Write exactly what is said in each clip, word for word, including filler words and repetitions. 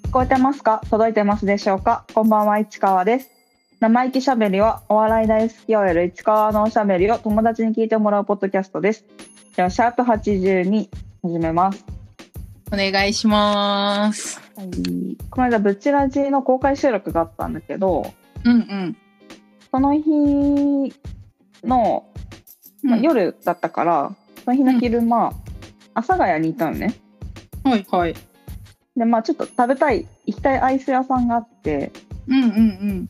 聞こえてますか？届いてますでしょうか？こんばんは、市川です。生意気しゃべりはお笑い大好き オーエル 市川のおしゃべりを友達に聞いてもらうポッドキャストです。ではシャープはちじゅうに始めます。 お願いします。 はい、この間ブチラジの公開収録があったんだけど、 うんうん、 その日の、まあ、夜だったから、その日の昼間、うん、阿佐ヶ谷にいたのね。 はいはい。 でまあちょっと食べたい行きたいアイス屋さんがあって、 うんうんうん、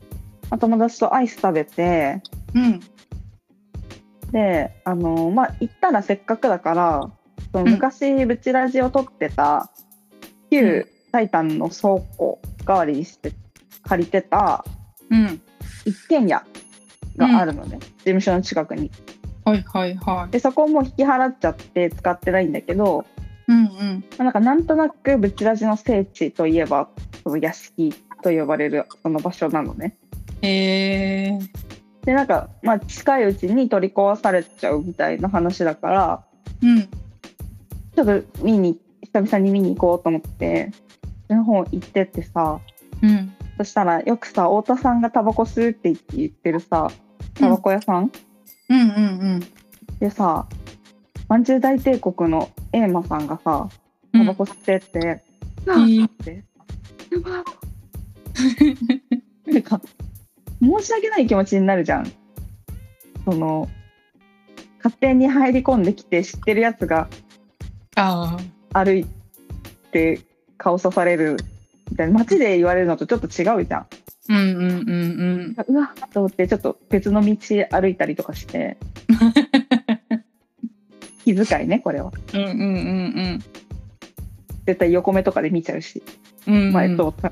まあ、友達とアイス食べて、 うん、 であのまあ行ったらせっかくだからその昔ブチラジを撮ってた旧タイタンの倉庫代わりにして借りてた一軒家があるのね、うん、事務所の近くに。 はいはいはい。 でそこをもう引き払っちゃって使ってないんだけど、 うんうん、 なんかなんとなくブチラジの聖地といえばその屋敷と呼ばれるその場所なのね。 へー。 でなんか、まあ、近いうちに取り壊されちゃうみたいな話だから、 うん、 ちょっと見に久々に見に行こうと思ってその方行ってってさ、 うん、 そしたらよくさ太田さんがタバコ吸うって言ってるさタバコ屋さん、 うん、うんうんうんでさまんじゅう大帝国のエーマさんがさタバコ吸ってって、うん、ってやばなんか申し訳ない気持ちになるじゃん。その勝手に入り込んできて知ってるやつが歩いて顔刺されるみたいな街で言われるのとちょっと違うじゃん。 うんうんうんうん、 うわっと思ってちょっと別の道歩いたりとかして気遣いねこれは。 うんうんうんうん、 絶対横目とかで見ちゃうし、うんうん、前通った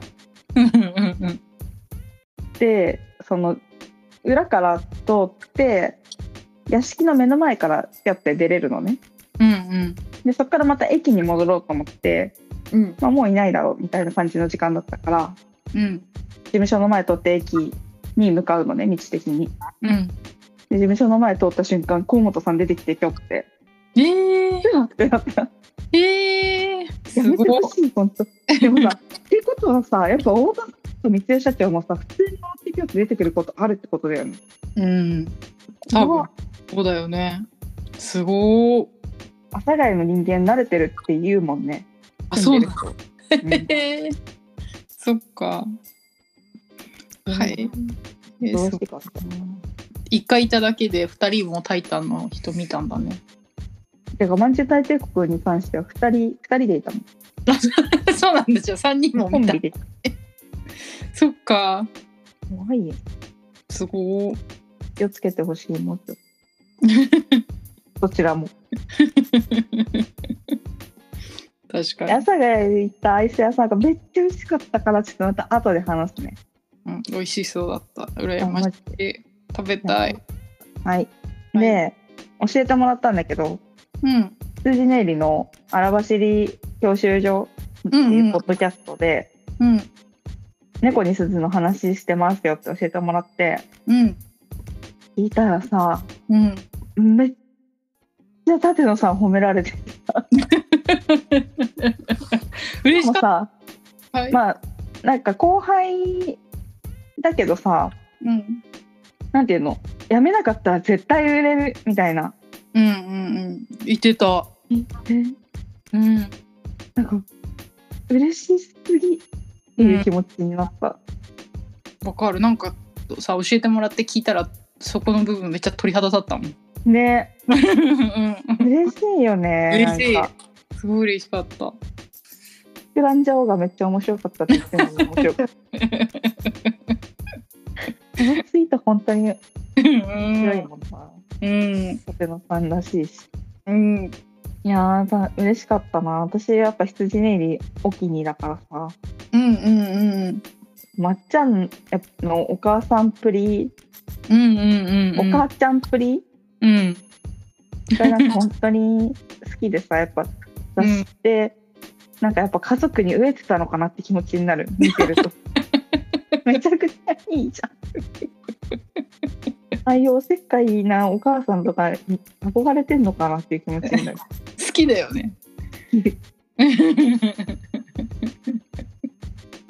でその裏から通って屋敷の目の前からやって出れるのね、 うんうん、 でそこからまた駅に戻ろうと思って、 うんまあ、もういないだろうみたいな感じの時間だったから、 うん、 事務所の前通って駅に向かうのね道的に、 うん、 で事務所の前通った瞬間河本さん出てきて今日ってえーってなったえー、 すごいやめてほしい本当でもさっていうことはさやっぱ太田さんと三ツ社長もさ普通に回ってきよって出てくることあるってことだよね。 うん多分そうだよね。すごー。 阿佐ヶ谷の人間慣れてるって言うもんね。 あ、そうなの、 うん、 そっか、うん、はい、 えー、どうしてか一回いただけでふたりもタイタンの人見たんだね。 てかまんじゅう大帝国に関してはふたりふたりでいたもんそうなんですよ、さんにんも見たそっか、 怖いよ。 すごー。 気をつけてほしいもんどちらも確かに。 阿佐ヶ谷で行ったアイス屋さんがめっちゃ美味しかったからちょっとまた後で話すね。 うん、美味しそうだった。羨ましい。食べたい。 はい。で、はい、教えてもらったんだけど、 うん、 羊ネイリの荒走り教習所っていうポッドキャストで、 うんうん、 猫に鈴の話してますよって教えてもらって、 うん、 聞いたらさ、 うん、 めっちゃ舘野さん褒められてた嬉しかったさ、はい、まあなんか後輩だけどさ、 うん、 なんていうの辞めなかったら絶対売れるみたいな、 うんうんうん、言ってた。 言って、 うん、 なんか嬉しすぎっていう気持ちになった。わ、 うん、かる。なんかさ教えてもらって聞いたらそこの部分めっちゃ鳥肌立ったもんね嬉しいよね。 嬉しい、すごい嬉しかった。 膨らんじゃおうがめっちゃ面白かったって言っても面白かったこのツイート本当に面白いもんな。うん、舘野さんらしいし、 うん、 いやー嬉しかったな。私やっぱ羊ネイリお気に入りだからさ、 うんうんうん、 まっちゃんのお母さんプリ、 うんうんうんうん、 お母ちゃんプリ、 うん、 なんか本当に好きでさ、やっぱ私って、うん、なんかやっぱ家族に飢えてたのかなって気持ちになる、見てるとめちゃくちゃいいじゃんああいうおせっかいなお母さんとかに憧れてんのかなっていう気持ちになる好きだよね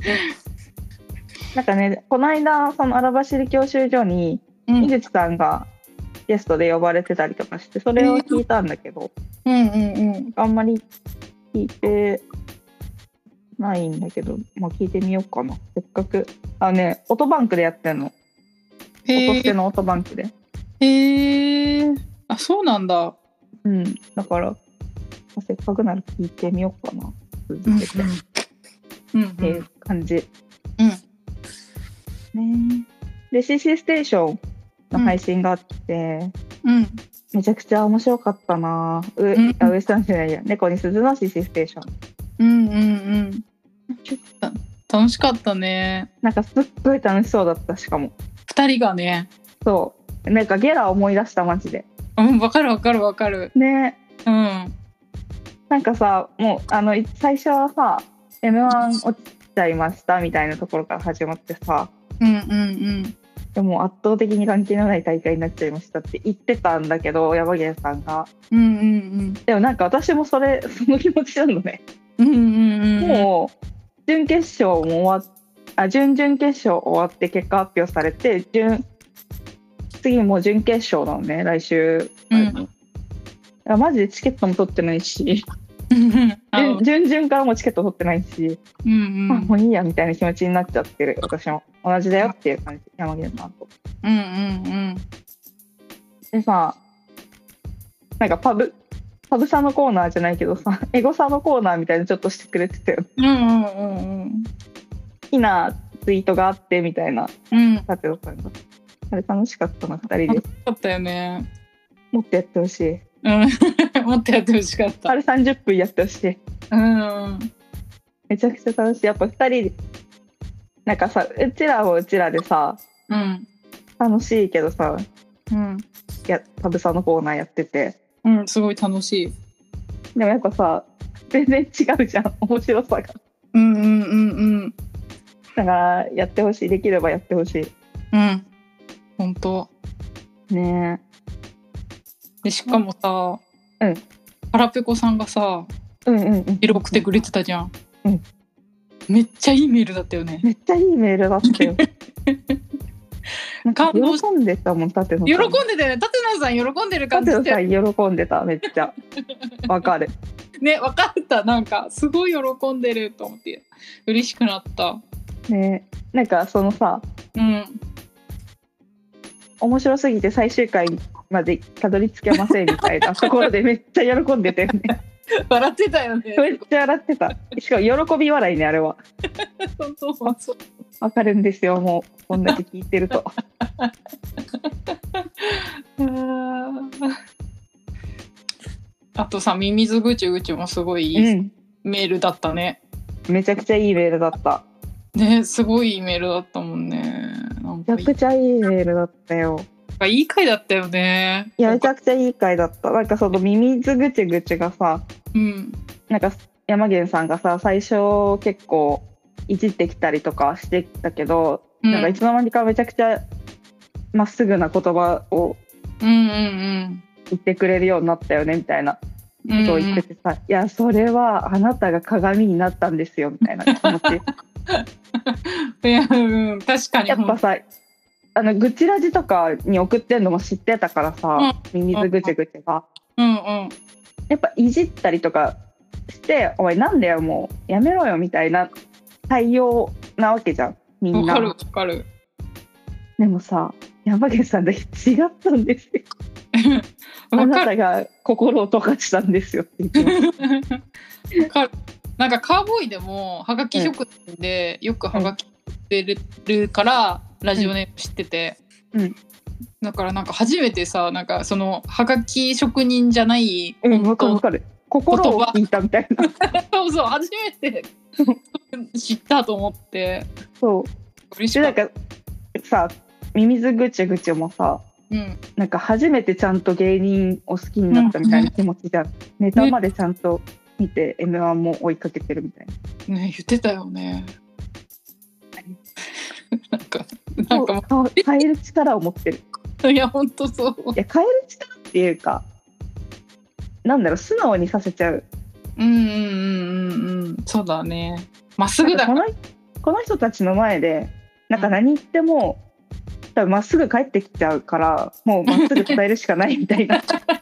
なんかね、この間その荒走り教習所にうん井口さんがゲストで呼ばれてたりとかして、それを聞いたんだけど、 うんうんうんあんまり聞いてないんだけど、まあ、聞いてみようかな。せっかくあのね、オートバンクでやってんの。 へえ音捨てのオートバンクで。 へえあそうなんだ。 うん。だから、まあせっかくなら聞いてみようかな。続うんけて。っうんうんていう感じ。 うんね。で、シーシー ステーションの配信があって、 うんめちゃくちゃ面白かったな。う、 うんあ、ウエスタンじゃないや。猫に鈴の シーシー ステーション。 うんうんうんた楽しかったね。 なんかすっごい楽しそうだった、しかも。 二人がね。 そう。なんかゲラ思い出した、マジで。 うんわかるわかるわかる。 ね。 うんなんかさ、もう、あの、い最初はさ、エムワン 落ちちゃいましたみたいなところから始まってさ、 うんうんうんでも圧倒的に関係のない大会になっちゃいましたって言ってたんだけど、山源さんが。 うんうんうんでもなんか私もそれ、その気持ちなのね。 うんうんうんもう、準決勝も終わっあ、準々決勝終わって結果発表されて、準次もう準決勝なのね、来週。 うんいやマジでチケットも取ってないし、 あ準準々からもチケット取ってないし、 うんうんあもういいやみたいな気持ちになっちゃってる、私も。同じだよっていう感じ、山源さんと。 うんうんでさ、なんかパブ、パブサのコーナーじゃないけどさ、エゴサのコーナーみたいなちょっとしてくれてたよ。 うんうんうんうん好きなツイートがあってみたいな、 うんさておさんが。あれ楽しかったな、ふたりで。 楽しかったよね。 もっとやってほしい。 うんもっとやってほしかった。 あれさんじゅっぷんやってほしい。 うんめちゃくちゃ楽しい。やっぱふたりで、なんかさ、うちらはうちらでさ、 うん楽しいけどさ、 うんやパブサのコーナーやってて。 うんすごい楽しい。 でもやっぱさ、全然違うじゃん、面白さが。 うんうんうんうんだからやってほしい、できればやってほしい。 うん本当。 ねでしかもさ、 うん腹ペコさんがさえ。うんうんうん。 メール送ってくれてたじゃん。 うんめっちゃいいメールだったよね。 めっちゃいいメールだったよ。なんか感動し喜んでたもん、舘野さん。 喜んでたよね。舘野さん喜んでる感じして舘野さん喜んでた、めっちゃ。わかる。 ね分かった。なんかすごい喜んでると思って嬉しくなった。 ね、なんかそのさ、 うん面白すぎて最終回までたどり着けませんみたいなところでめっちゃ喜んでたよね。 笑ってたよね。 めっちゃ笑ってた。しかも喜び笑いね、あれは。 そうそうそう。 わかるんですよ、もうこんだけ聞いてると。 あとさ、ミミズぐちぐちもすごいいいうん、 メールだったね。 めちゃくちゃいいメールだった。 ね、すごいいいメールだったもんね。なんかいめちゃくちゃいいメールだったよ。 いいい回だったよね。 いや、めちゃくちゃいい回だった。なんかそのミミズぐちぐちがさ、 うんなんか山源さんがさ、最初結構いじってきたりとかしてたけど、 うんなんかいつの間にかめちゃくちゃまっすぐな言葉をうんうん言ってくれるようになったよねみたいなうん。 ことを言っててさ、いやそれはあなたが鏡になったんですよみたいな気持ち。 いや、うん、確かに。 やっぱさ、あの愚痴ラジとかに送ってんのも知ってたからさ、ミミズぐちぐちがうんうんやっぱいじったりとかして「おいなんだよもうやめろよ」みたいな対応なわけじゃん、みんな。 わかるわかる。 でもさ、山源さんだけ違ったんですよ。あなわかる。 たが心を溶かしたんですよって言ってました。 わかる。なんかカーボーイでもハガキ職人でよくハガキ売ってるからラジオネーム知ってて、 うんうんだからなんか初めてさ、なんかそのハガキ職人じゃないうん、わかるわ本かる。心を聞いたみたいな。 当そうそう初めて知ったと思ってそう。 嬉しでなんかった。 かさ、ミミズぐちぐちもさ、 うんなんか初めてちゃんと芸人を好きになったみたいな気持ちじゃん。ネタまでちゃんと見て エムワン も追いかけてるみたいな。 ね、言ってたよね。なんかなんかもそう変える力を持ってる。 ういや本当そう。 いや変える力っていうか、なんだろう、素直にさせちゃう。 うんうんうんうんうんそうだね。まっすぐだなんかこのこの人たちの前でなんか何言っても多分まっすぐ帰ってきちゃうからもうまっすぐ伝えるしかないみたいな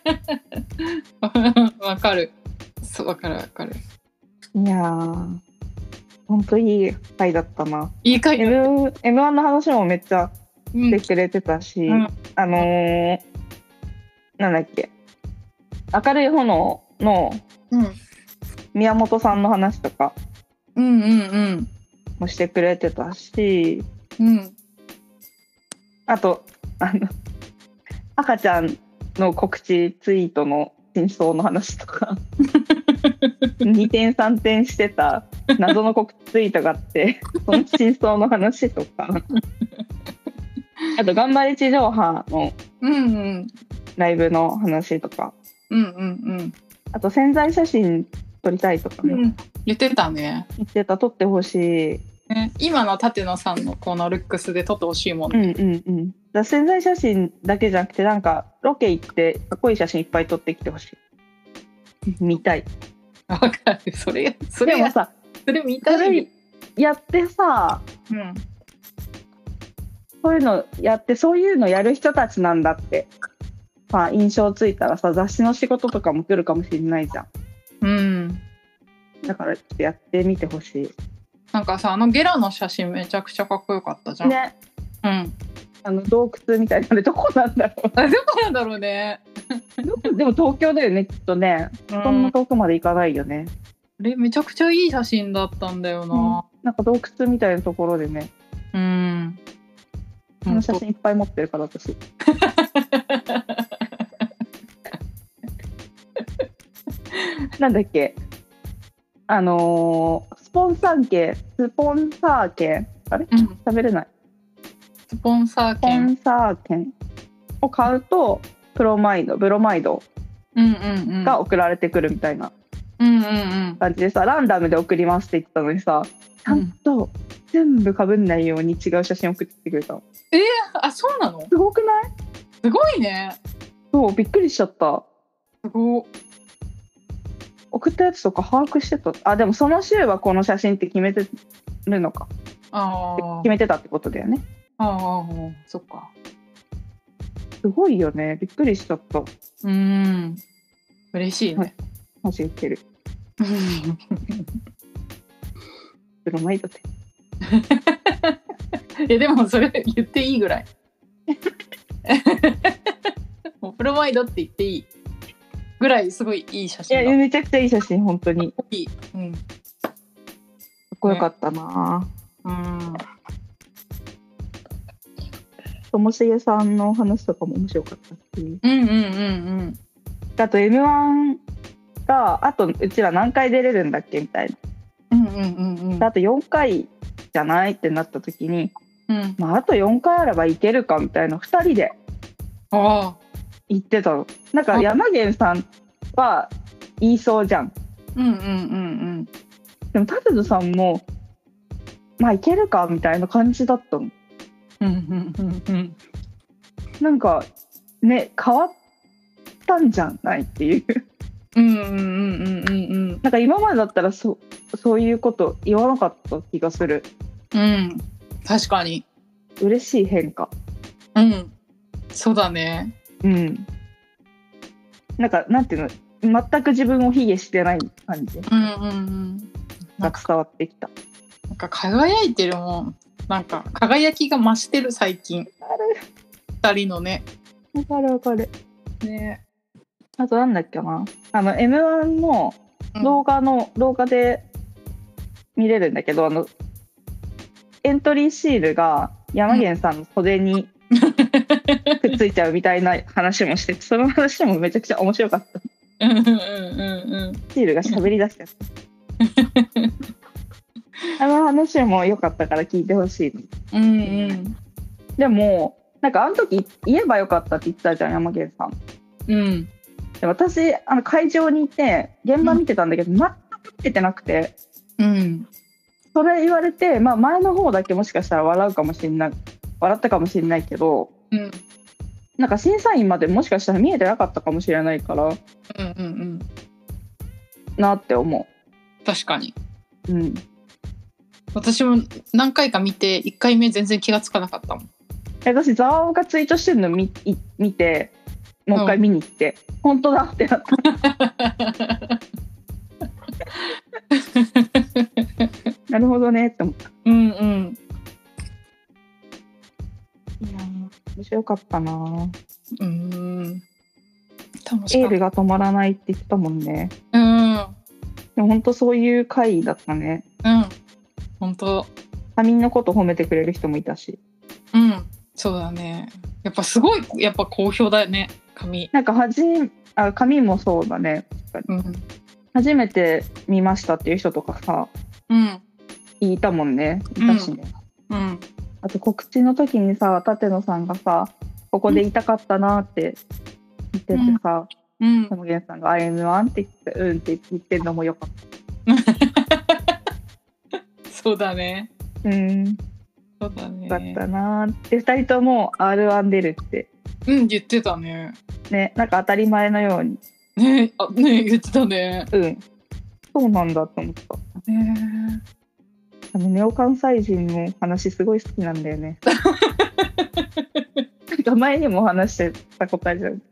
わかる。そうわかるわかる。 いやーほんといい回だったな。 いい回だ。 M エムワン の話もめっちゃしてくれてたし、 うん、 あのー、なんだっけ明るい炎の宮本さんの話とかうんうんうんもしてくれてたし、 うん、 あとあの赤ちゃんの告知ツイートの真相の話とかにてんさんてんしてた謎の告知ツイートがあってその真相の話とかあと頑張れ地上波のライブの話とか、 うんうんうん、 あと宣材写真撮りたいとか、ね、 うん、言ってたね。 言ってた。撮ってほしい、 ね、今の舘野さんのこのルックスで撮ってほしいもんね。 うんうんうん。だ宣材写真だけじゃなくてなんかロケ行ってかっこいい写真いっぱい撮ってきてほしい。見たい。 わかる。それそれでもさそれ見たい。 それやってさ、 うん、 そういうのやってそういうのやる人たちなんだって、まあ、印象ついたらさ雑誌の仕事とかも来るかもしれないじゃん。 うん、 だからちょっとやってみてほしい。 なんかさあのゲラの写真めちゃくちゃかっこよかったじゃん。 ね。 うん。 あの洞窟みたいなのでどこなんだろう。 あどこなんだろうね。 どこでも東京だよねきっとね。 うん、 そんな遠くまで行かないよね。 あれめちゃくちゃいい写真だったんだよな。 うん、なんか洞窟みたいなところでね。 うん。 この写真いっぱい持ってるから私。なんだっけあのー、スポンサー券スポンサー券あれ、うん、食べれない。 スポンサー券スポンサー券を買うとプロマイドブロマイドが送られてくるみたいな感じでさ、うんうんうん、ランダムで送りますって言ってたのにさちゃんと全部被んないように違う写真送ってきてくれたの。 えー、あそうなの？ すごくない？ すごいね。 そうびっくりしちゃった。 すご送ったやつとか把握してた。あでもその週はこの写真って決めてるのか。あ決めてたってことだよね。 ああそっか。 すごいよね。びっくりしちゃった。 うん嬉しいね。 マジウケる。プロマイドってえでもそれ言っていいぐらいもうプロマイドって言っていいぐらいすごいいい写真だ。 いやめちゃくちゃいい写真本当にいい、うん、かっこよかったな、ね、うんともしげさんの話とかも面白かったし、 うんうんうんうんあと エムワン があとうちら何回出れるんだっけみたいな、 うんうんうんうん、 あとよんかいじゃないってなった時に、 うんまあ、あとよんかいあればいけるかみたいなふたりで言ってたの。なんか山源さんは言いそうじゃん。 うんうんうんうんでも舘野さんもまあいけるかみたいな感じだったの。 うんうんうんうんなんかね変わったんじゃないっていううんうんうんうんうんなんか今までだったら そ, そういうこと言わなかった気がする。 うん確かに嬉しい変化。 うんそうだね。 うんなんかなんていうの全く自分を卑下してない感じが伝わってきた。 なんか輝いてるもん。なんか輝きが増してる最近。ふたりのね。 わかるわかる。 ね。 あとなんだっけなあの エムワン の動画の、うん、動画で見れるんだけどあのエントリーシールが山源さんの袖に、うん、くっついちゃうみたいな話もしてその話もめちゃくちゃ面白かった。 うんうんうんうん、 シールが喋り出しちゃったあの話も良かったから聞いてほしい、 うんうん、 でもなんかあの時言えばよかったって言ってたじゃん山源さん、 うん、 で私あの会場にいて現場見てたんだけど、うん、全く見ててなくて、 うん、 それ言われて、まあ、前の方だけもしかしたら笑うかもしれない笑ったかもしれないけど、 うん、 なんか審査員までもしかしたら見えてなかったかもしれないから、うんうんうん、 なって思う。 確かに、 うん、 私も何回か見ていっかいめ全然気がつかなかったもん。 私ザワオがツイートしてるの見見てもう一回見に行って、うん、本当だってなったなるほどねって思った。 うんうん。 いや面白かったな。 うん。楽しかった。エールが止まらないって言ってたもんね。 うん。 でも本当そういう回だったね。 うん。本当。 他人のこと褒めてくれる人もいたし。 うん。そうだね。やっぱすごいやっぱ好評だよね。紙。 なんかはじあ紙もそうだね。うん、初めて見ましたっていう人とかさ、 うん、 いたもんね。いたしね。 うん。うん、 あと告知の時にさ、舘野さんがさ、ここで言いたかったなって言っててさ、 うん。 そのゲンさんが アイエムワン って言って、うんって言ってるのもよかった。 そうだね。 うん。 そうだね。 だったなーってふたりとも アールワン 出るって。 うん言ってたね。 ね、なんか当たり前のように。 ねあね言ってたね。 うん。そうなんだと思った。ねあのネオ関西人の話すごい好きなんだよね。なんか前にも話してたことあるじゃん。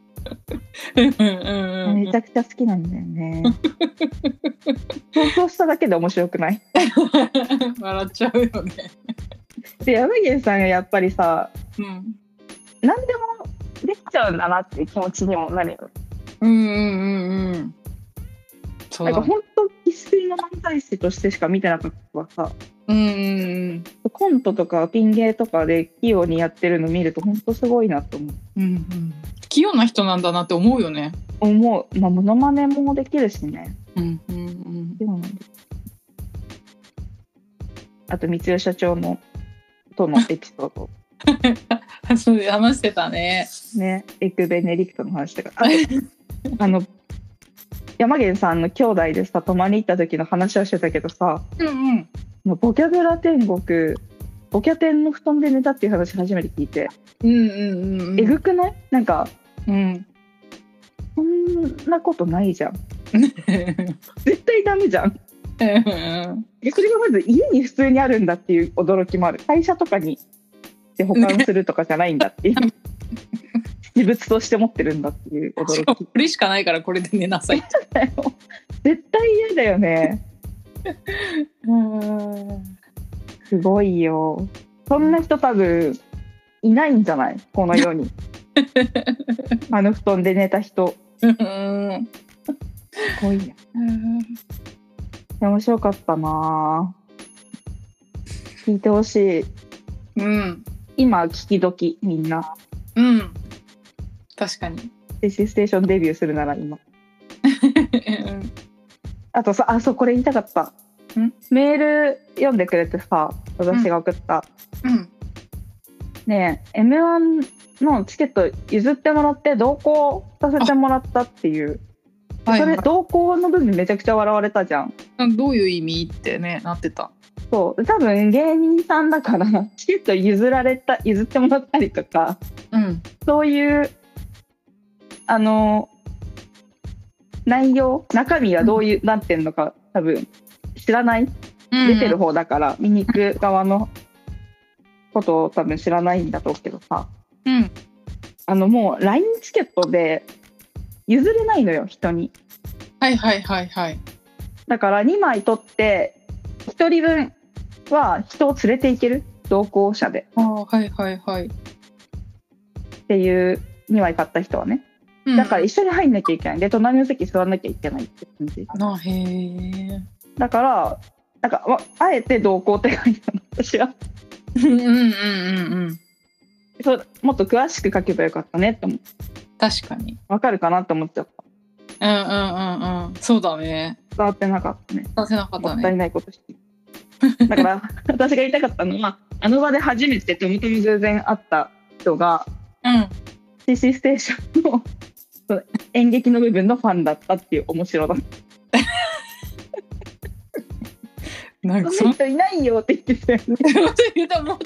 めちゃくちゃ好きなんだよね。想像しただけで面白くない？ 笑っちゃうよね。 で山源さんがやっぱりさ、 うん、 何でもできちゃうんだなっていう気持ちにもなるよ。 うんうんうんうん。そうなんか本当生粋の漫才師としてしか見てなかったからさ、 うんうんうん、 コントとかピン芸とかで器用にやってるの見ると本当すごいなと思う。 うんうん、器用な人なんだなって思うよね。 思う。まあモノマネもできるしね。 うんうんうん。 器用なんです。あと三代社長のとのエピソード。 そうで話してたね。 ね、エクベネディクトの話とか。ああの山源さんの兄弟でさ泊まりに行った時の話はしてたけどさ、 うんうん、ボキャブラ天国ボキャ天の布団で寝たっていう話初めて聞いて、 うんうんうんうん、 えぐくない？なんか、 うん、 そんなことないじゃん。絶対ダメじゃん。それがまず家に普通にあるんだっていう驚きもある。会社とかにで保管するとかじゃないんだっていう私物として持ってるんだっていう驚き。 これしかないからこれで寝なさい。 絶対嫌だよね。うんすごいよ。そんな人多分いないんじゃない？この世に。あの布団で寝た人。すごいや。面白かったな。聞いてほしい。 うん。 今聞き時みんな。 うん。確かに。 デシステーションデビューするなら今。あとさ、あ、そうこれ言いたかった。んメール読んでくれてさ、私が送った。 うん。 ねえ、エムワン のチケット譲ってもらって同行させてもらったっていう。それ同行の部分めちゃくちゃ笑われたじゃん。 どういう意味ってねなってた。 そう多分芸人さんだからチケット譲られた譲ってもらったりとか、 うん、 そういうあの内容中身はどういう、うん、なってんのか多分知らない、うん、出てる方だから見に行く側のことを多分知らないんだとうけどさ、 うん、 あのもう ライン チケットで譲れないのよ人に。 はいはいはいはい。だからにまい取ってひとりぶんは人を連れて行ける同行者で。 あはいはいはい。 っていうにまい買った人はね、うん、だから一緒に入んなきゃいけないで隣の席座らなきゃいけないって感じ。 あへえ。 だからなんかあえて同行って書いたの私は。 うんうんうんうんそうもっと詳しく書けばよかったねって思って。 確かにわかるかなって思っちゃった。 うんうんうんうんそうだね。 伝わってなかったね。 伝わってなかったね。 もったいないことしてだから私が言いたかったのはあの場で初めてたまたま偶然会った人が、 うん、 シーシー ステーションの演劇の部分のファンだったっていう面白さ。なんかその人いないよって言ってたよね。 言うと思った。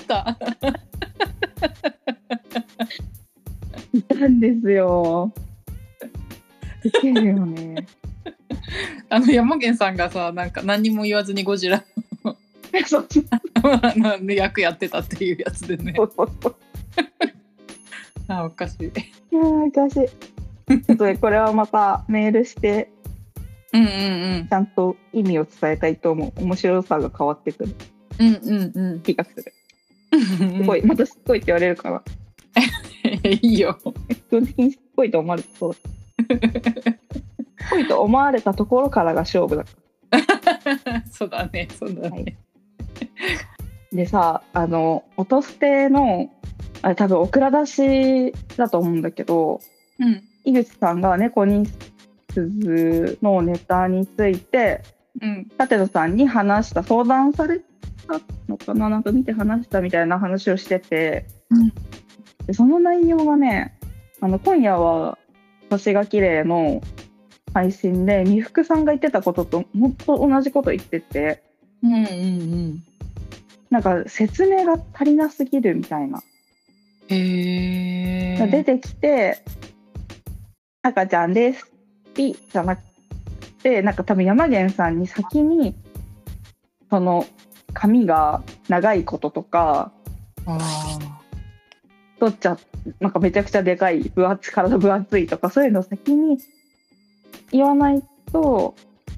いたんですよ。いけるよね。 あの山源さんがさなんか何にも言わずにゴジラそうそうなんで役やってたっていうやつでね。 そうそうあ、おかしい。 いやーおかしい。ちょっとねこれはまたメールしてうんうんちゃんと意味を伝えたいと思う。面白さが変わってくるうんうんうん気がする。 うん。 すごいまたしつこいって言われるから。 いいよ。 基本的にしつこいと思われてそう。しつこいと思われたところからが勝負だかそうだね、そうだね。 はいら。でさ、あの音捨てのあれ多分オクラ出しだと思うんだけど、 うん井口さんが猫に鈴のネタについてうん舘野さんに話した相談されたのかな、なんか見て話したみたいな話をしてて、 うんでその内容がね、あの今夜は星が綺麗の配信で美福さんが言ってたことと本当同じこと言ってて、 うんうんなんか説明が足りなすぎるみたいな、 うん。へえ。 出てきて赤ちゃんですピじゃなくて、なんか多分山源さんに先にその髪が長いこととか、 ああ。 取っちゃなんかめちゃくちゃでかい分厚体分厚いとかそういうのを先に言わないと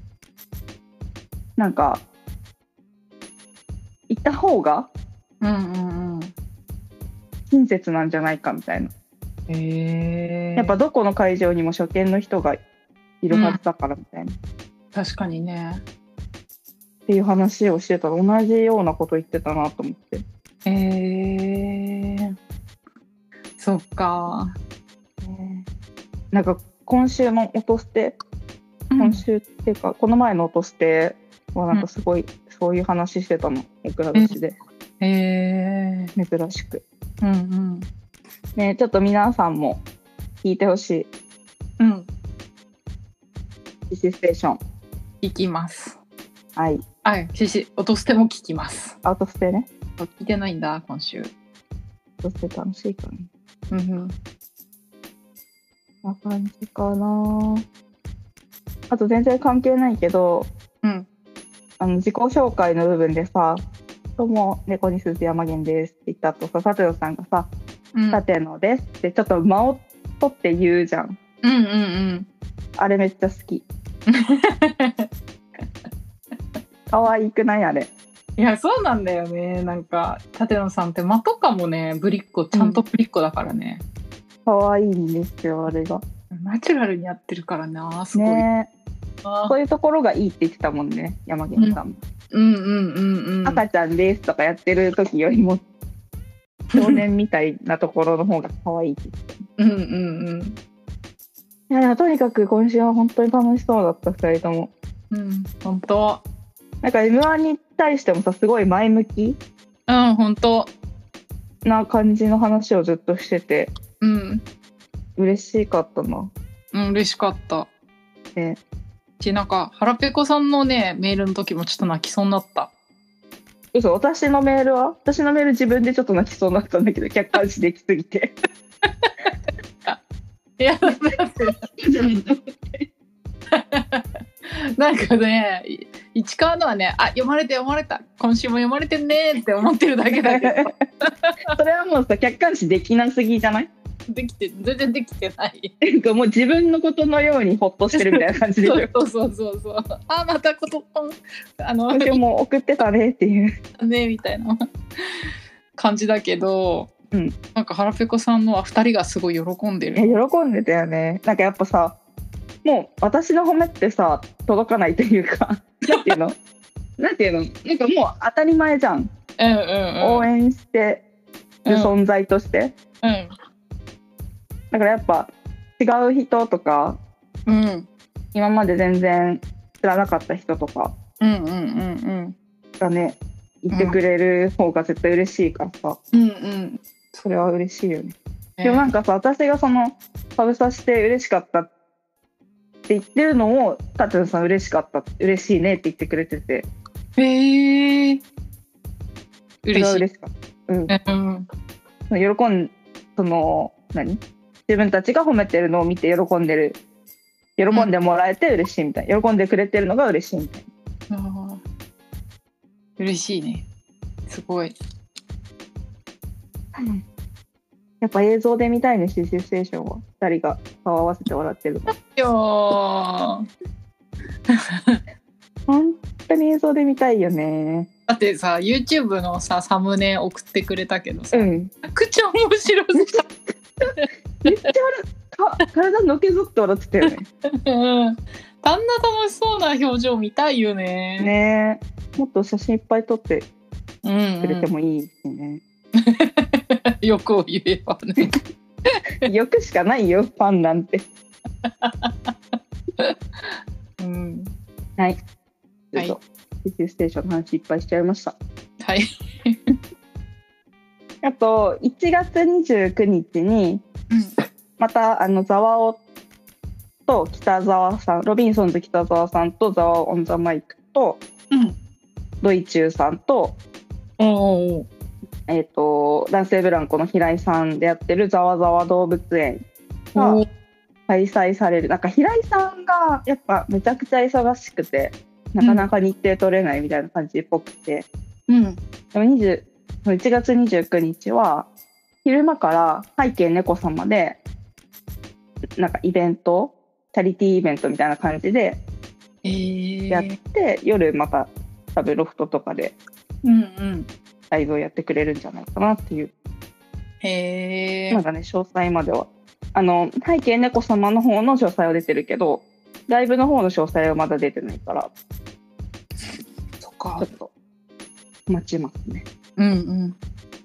なんか言った方がうんうんうん。 親切なんじゃないかみたいな。 へえ。 やっぱどこの会場にも初見の人がいるはずだからみたいな、 確かにね。 っていう話をしてたら同じようなこと言ってたなと思って。 へえ。そっか。 なんか今週の音捨て、今週っていうかこの前の音捨てはなんかすごいそういう話してたの、オクラ出しで。 へえ。 珍しくうんうんね、ちょっと皆さんも聞いてほしい。 うん。 シシステーション。 聞きます。 はい。 はい。しし音捨ても聞きます。 アウトステね。 聞いてないんだ今週。 アウトステ楽しいからね。 うんうん。 こんな感じかな。あと全然関係ないけど、 うんあの自己紹介の部分でさ、どうも猫に鈴山源ですって言った後さ、舘野さんがさ、 うん舘野ですってちょっと間を取って言うじゃん。 うんうんうん。 あれめっちゃ好き。可愛くないあれ。 いやそうなんだよね。なんか舘野さんって間とかもねぶりっ子ちゃんとぶりっ子だからね。 可愛いんですよあれが。 ナチュラルにやってるからなすごい。 ねえ。 あそういうところがいいって言ってたもんね、山源さんも。 うんうんうんうん。 赤ちゃんですとかやってる時よりも少年みたいなところの方が可愛いって言ってうんうんうん。 いやとにかく今週は本当に楽しそうだったふたりとも。 うん本当。 なんか エムワン に対してもさすごい前向きうん本当。 な感じの話をずっとしててうん嬉しかったな。 うん嬉しかった。 ね、 しなんかはらぺこさんのねメールの時もちょっと泣きそうになった。 嘘、私のメールは私のメール自分でちょっと泣きそうになったんだけど客観視できすぎていやだってなんかね市川のはねあ読まれて読まれた今週も読まれてんねって思ってるだけだけどそれはもうさ客観視できなすぎじゃない？ できて全然できてない。 なんかもう自分のことのようにホッとしてるみたいな感じでそうそうそうそうあまたことあの今週も送ってたねっていうねみたいな感じだけど、 うん、 なんかはらぺこさんのはふたりがすごい喜んでる。 いや喜んでたよね。なんかやっぱさもう私の褒めってさ届かないというかなんていうのなんていうのなんかもう当たり前じゃん、 うんうんうん、 応援してる存在として、 うん、うんだからやっぱ違う人とか、 うん、 今まで全然知らなかった人とかうんうんうんうんがね言ってくれる方が絶対嬉しいからさ、 うんうん、 それは嬉しいよね。 えー、 でもなんかさ私がその食べさせて嬉しかったって言ってるのを舘野さん嬉しかった嬉しいねって言ってくれてて、 へー嬉しい。 嬉しかった。うん。 うん、 喜んその何自分たちが褒めてるのを見て喜んでる喜んでもらえて嬉しいみたいな、うん、喜んでくれてるのが嬉しいみたいな。 あ嬉しいね。すごい。 やっぱ映像で見たいね、シーシーステーションは。ふたりが顔合わせて笑ってるの。 いやー本当に映像で見たいよね。 だってさ YouTube のさサムネ送ってくれたけどさ、 うん。 めちゃくちゃ面白さ、 めっちゃ笑か体のけぞって笑ってたよね。 うん、あんな楽しそうな表情見たいよね。 ねえ、もっと写真いっぱい撮ってうんくれてもいいしね。 うん、欲を言えばね。 欲しかないよ、ファンなんて。 うん、 はい。 はい。 シーシーステーションの話いっぱいしちゃいました。 はい。 あといちがつにじゅうくにちにうん、 またあのザワオと北沢さん、ロビンソンズ北沢さんとザワオオンザマイクと、 うん、 ドイチューさんと、 おー、 えーと男性ブランコの平井さんでやってるざわざわ動物園が開催される。なんか平井さんがやっぱめちゃくちゃ忙しくてなかなか日程取れないみたいな感じっぽくて、 うん、 でもにじゅういちがつにじゅうくにちは昼間から背景猫様でなんかイベント、チャリティーイベントみたいな感じでえー、 やって、夜また多分ロフトとかでうんうん、 ライブをやってくれるんじゃないかなっていう。 へー、 まだね詳細まではあの背景猫様の方の詳細は出てるけどライブの方の詳細はまだ出てないからそっか、 ちょっと待ちますね。 うんうん、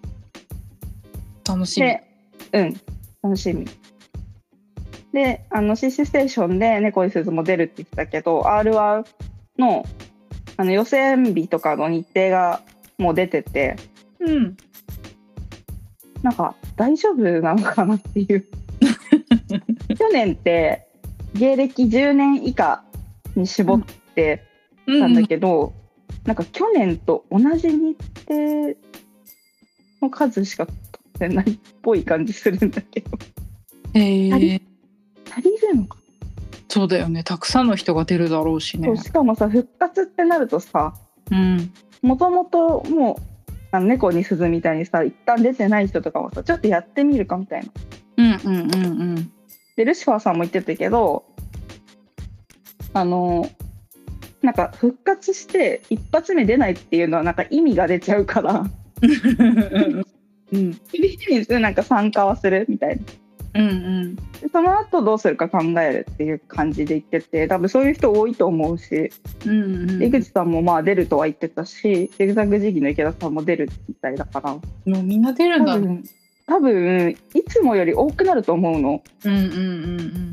楽しみ。 で、うん楽しみで、あの シーシー ステーションで猫に鈴も出るって言ってたけど アールワン の, あの予選日とかの日程がもう出てて、 うん、 なんか大丈夫なのかなっていう去年って芸歴じゅうねん以下に絞ってたんだけど、うんうん、なんか去年と同じ日程の数しか取ってないっぽい感じするんだけど、 へー、 足り、足りるのか。 そうだよね、たくさんの人が出るだろうしね。 そう、しかもさ復活ってなるとさ、もともともうあの猫に鈴みたいにさ一旦出てない人とかもさちょっとやってみるかみたいな。 うんうんうんうん。 でルシファーさんも言ってたけど、あのなんか復活して一発目出ないっていうのはなんか意味が出ちゃうからうん、とりあえずなんか参加はするみたいな。 うんうん、 でその後どうするか考えるっていう感じで言ってて、多分そういう人多いと思うし、 うんうん、 井口さんもまあ出るとは言ってたし、ジグザグジギーの池田さんも出るみたいだから、もうみんな出るんだ。 多分、多分いつもより多くなると思うの。 うんうんうんうん。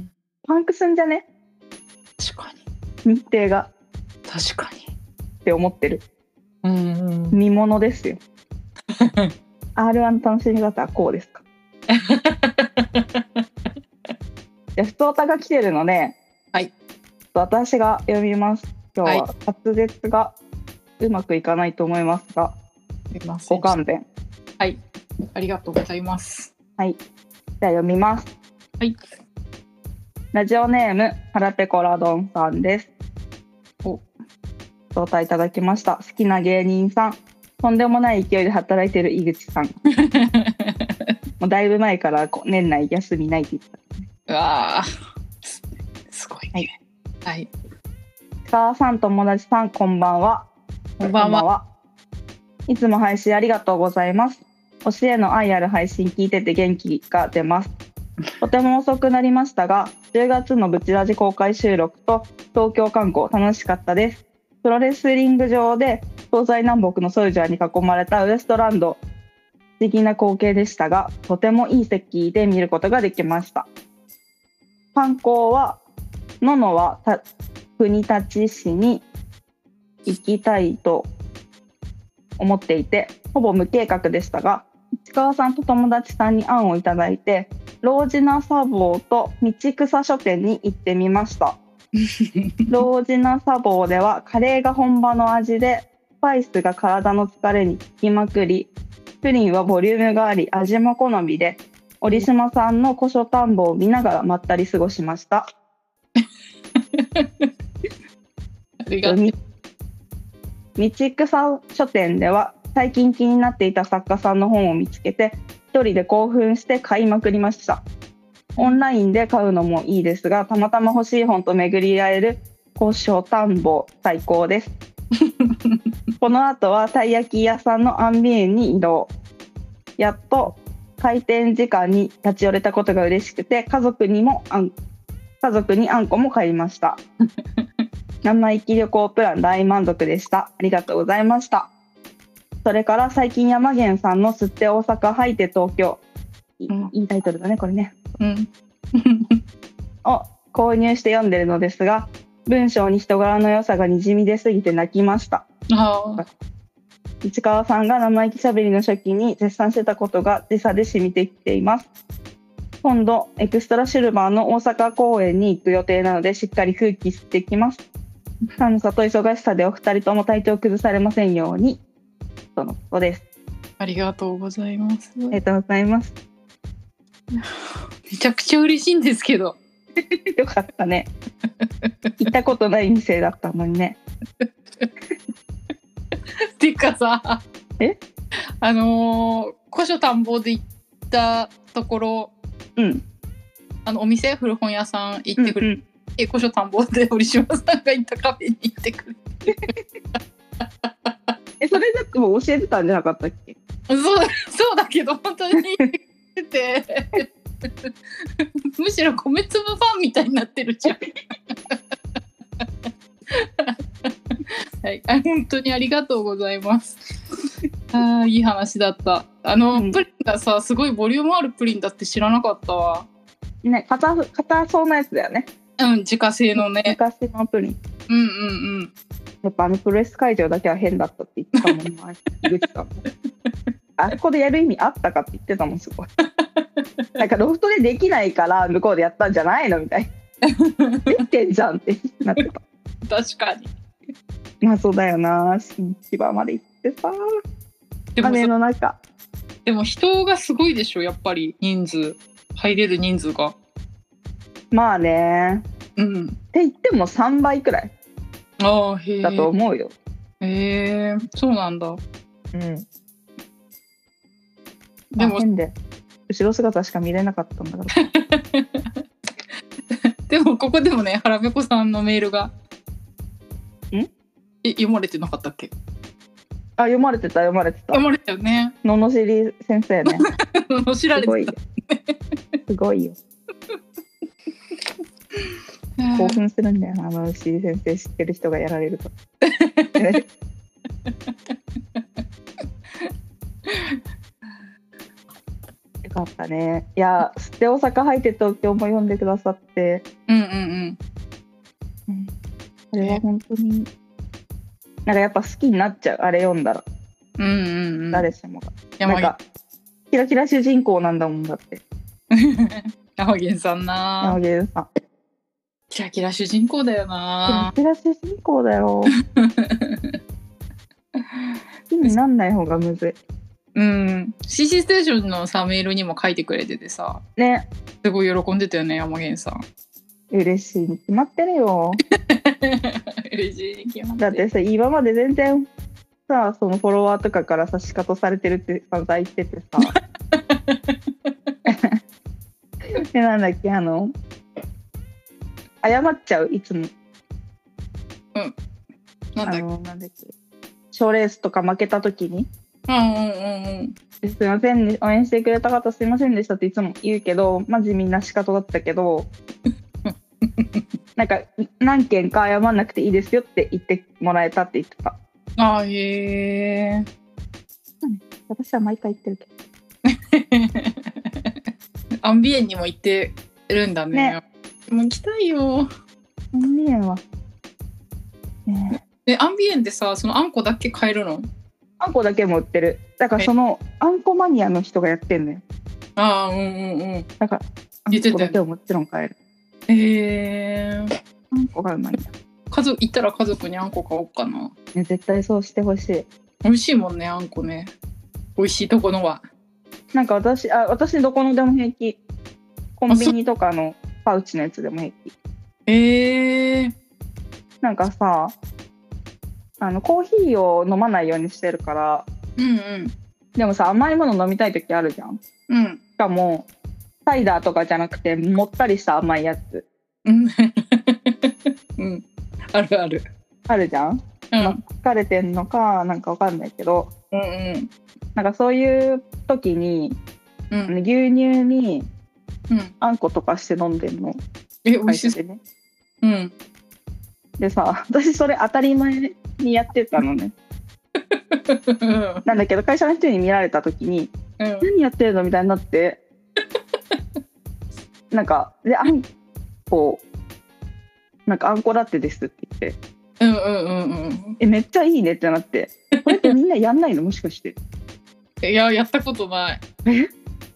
パンクすんじゃね？ 確かに。 日程が。 確かに。 って思ってる。 うんうん。 見ものですよ。アールワン の楽しみ方はこうですか？じゃあふつおたが来てるので、 はい、 私が読みます。今日は滑舌がうまくいかないと思いますが、はい、ご勘弁。 はい、ありがとうございます。 はい、じゃあ読みます。 はい。 ラジオネームはらぺこらどんさんです。 お、 お答えいただきました。好きな芸人さん、とんでもない勢いで働いている井口さん。もうだいぶ前から年内休みないって言ってた。 うわすごいね。はい。 川さん、友達さん、こんばんは。 こんばんは。 こんばんは。いつも配信ありがとうございます。推しへの愛ある配信聞いてて元気が出ます。とても遅くなりましたが、じゅうがつのブチラジ公開収録と東京観光楽しかったです。プロレスリング場で東西南北のソルジャーに囲まれたウエストランド、不思議な光景でしたが、とてもいい席で見ることができました。観光はののは国立市に行きたいと思っていて、ほぼ無計画でしたが、市川さんと友達さんに案をいただいて、ロージナサボーと道草書店に行ってみました。ロージナサボーではカレーが本場の味で、スパイスが体の疲れに効きまくり、プリンはボリュームがあり味も好みで、折島さんの古書田んぼを見ながらまったり過ごしました。 ありがとう。 道草書店では最近気になっていた作家さんの本を見つけて一人で興奮して買いまくりました。オンラインで買うのもいいですが、たまたま欲しい本と巡り合える古書探訪最高です。この後はたい焼き屋さんのアンビエンに移動。やっと開店時間に立ち寄れたことが嬉しくて、家族にもあん家族にあんこも買いました。生意気旅行プラン大満足でした。ありがとうございました。それから最近山源さんの吸って大阪吐いて東京、いい、うん、いいタイトルだねこれね、うん、を購入して読んでるのですが、文章に人柄の良さがにじみ出すぎて泣きました。あ、市川さんが生意気しゃべりの初期に絶賛してたことが時差で染みてきています。今度エクストラシルバーの大阪公演に行く予定なので、しっかり空気吸ってきます。寒さと忙しさでお二人とも体調崩されませんように、とのことです。 ありがとうございます。 ありがとうございます。 めちゃくちゃ嬉しいんですけど。 よかったね。行ったことない店だったのにね。 てかさ、 えあのー、古書探訪で行ったところ、うん、あのお店古本屋さん行ってくれ、うんうん、え古書探訪で折島さんが行ったカフェに行ってくれえ、それだってもう教えてたんじゃなかったっけ？ そうそうだけど本当に言っててむしろ米粒ファンみたいになってるじゃん。はい、本当にありがとうございます。あ、いい話だった。あの、うん、プリンがさすごいボリュームあるプリンだって知らなかったわ。 ね、硬硬そうなやつだよね。 うん、自家製のね。 自家製のプリン。 うんうんうん。 やっぱあのプレス会場だけは変だったって言ってたもんな。井口さんもあそこでやる意味あったかって言ってたもん、すごい。なんかロフトでできないから向こうでやったんじゃないのみたいな。できてんじゃんってなってた。 確かに。 謎だよな、新千葉まで行ってさ。雨の中。 でも人がすごいでしょ、やっぱり人数入れる人数が。 まあね、うん、って言ってもさんばいくらいあーへーだと思うよ。 へえ、そうなんだ。うん。 でも変で後ろ姿しか見れなかったんだからでもここでもね、原めこさんのメールがんえ読まれてなかったっけ？ あ、読まれてた読まれてた読まれたよね。 ののしり先生ね。 ののしられてた。 すごいよ。興奮するんだよな、ののしり先生知ってる人がやられると。よかったね。いや、吸って大阪入って東京も読んでくださって、 うんうんうん。 うん、あれは本当になんかやっぱ好きになっちゃう、あれ読んだら。 うんうんうん。 誰しもが。なんかキラキラ主人公なんだもんだって。 山源さんな。 山源さん。 キラキラ主人公だよな。 キラキラ主人公だよ。好きになんない方がむずい。 うん。シーシー ステーションのさメールにも書いてくれててさ。 ね。 すごい喜んでたよね、山源さん。 嬉しいに決まってるよ。 嬉しいに決まってる。 だってさ、今まで全然さ、そのフォロワーとかからさ、シカトされてるって散々言っててさ。で、なんだっけ、あの謝っちゃう、いつも。 うん。なんだっけ。 あのなんだっけ。賞レースとか負けた時に。 うんうんうんうん。 すいません、応援してくれた方すいませんでしたっていつも言うけど、マジみんなシカトだったけど。なんか何件か謝んなくていいですよって言ってもらえたって言ってた。 あーへー、 うん、私は毎回言ってるけど。アンビエンにも行ってるんだね。ね、もう行きたいよ。 アンビエンは、 ね、でアンビエンでさ、そのあんこだけ買えるの？ あんこだけも売ってる。だからそのあんこマニアの人がやってんのよ。 ああ、うんうんうん。 だからあんこだけをもちろん買える。 へえ。 あんこがうまいんだ。 家族行ったら家族にあんこ買おうかな。 ね、絶対そうしてほしい。 美味しいもんね、あんこね。美味しいとこのは。 なんか私、あ、私どこのでも平気。コンビニとかのパウチのやつでも平気。 へえ。 なんかさ、 あのコーヒーを飲まないようにしてるから、 うんうん、 でもさ甘いもの飲みたい時あるじゃん、 うん、 しかもサイダーとかじゃなくてもったりした甘いやつ、 うん、うん、あるあるあるじゃん、 うん、 まあ、疲れてんのかなんかわかんないけど、 うんうん、 なんかそういう時に、 うん、 牛乳にうん、 あんことかして飲んでんの。 え、美味しそう、 ね、 うん、 でさ、私それ当たり前にやってたのねなんだけど会社の人に見られた時に、うん、何やってるのみたいになってなんかであんこなんかあんこラテですって言って、 うんうんうんうん、 えめっちゃいいねってなって、これってみんなやんないのもしかしていややったことないえ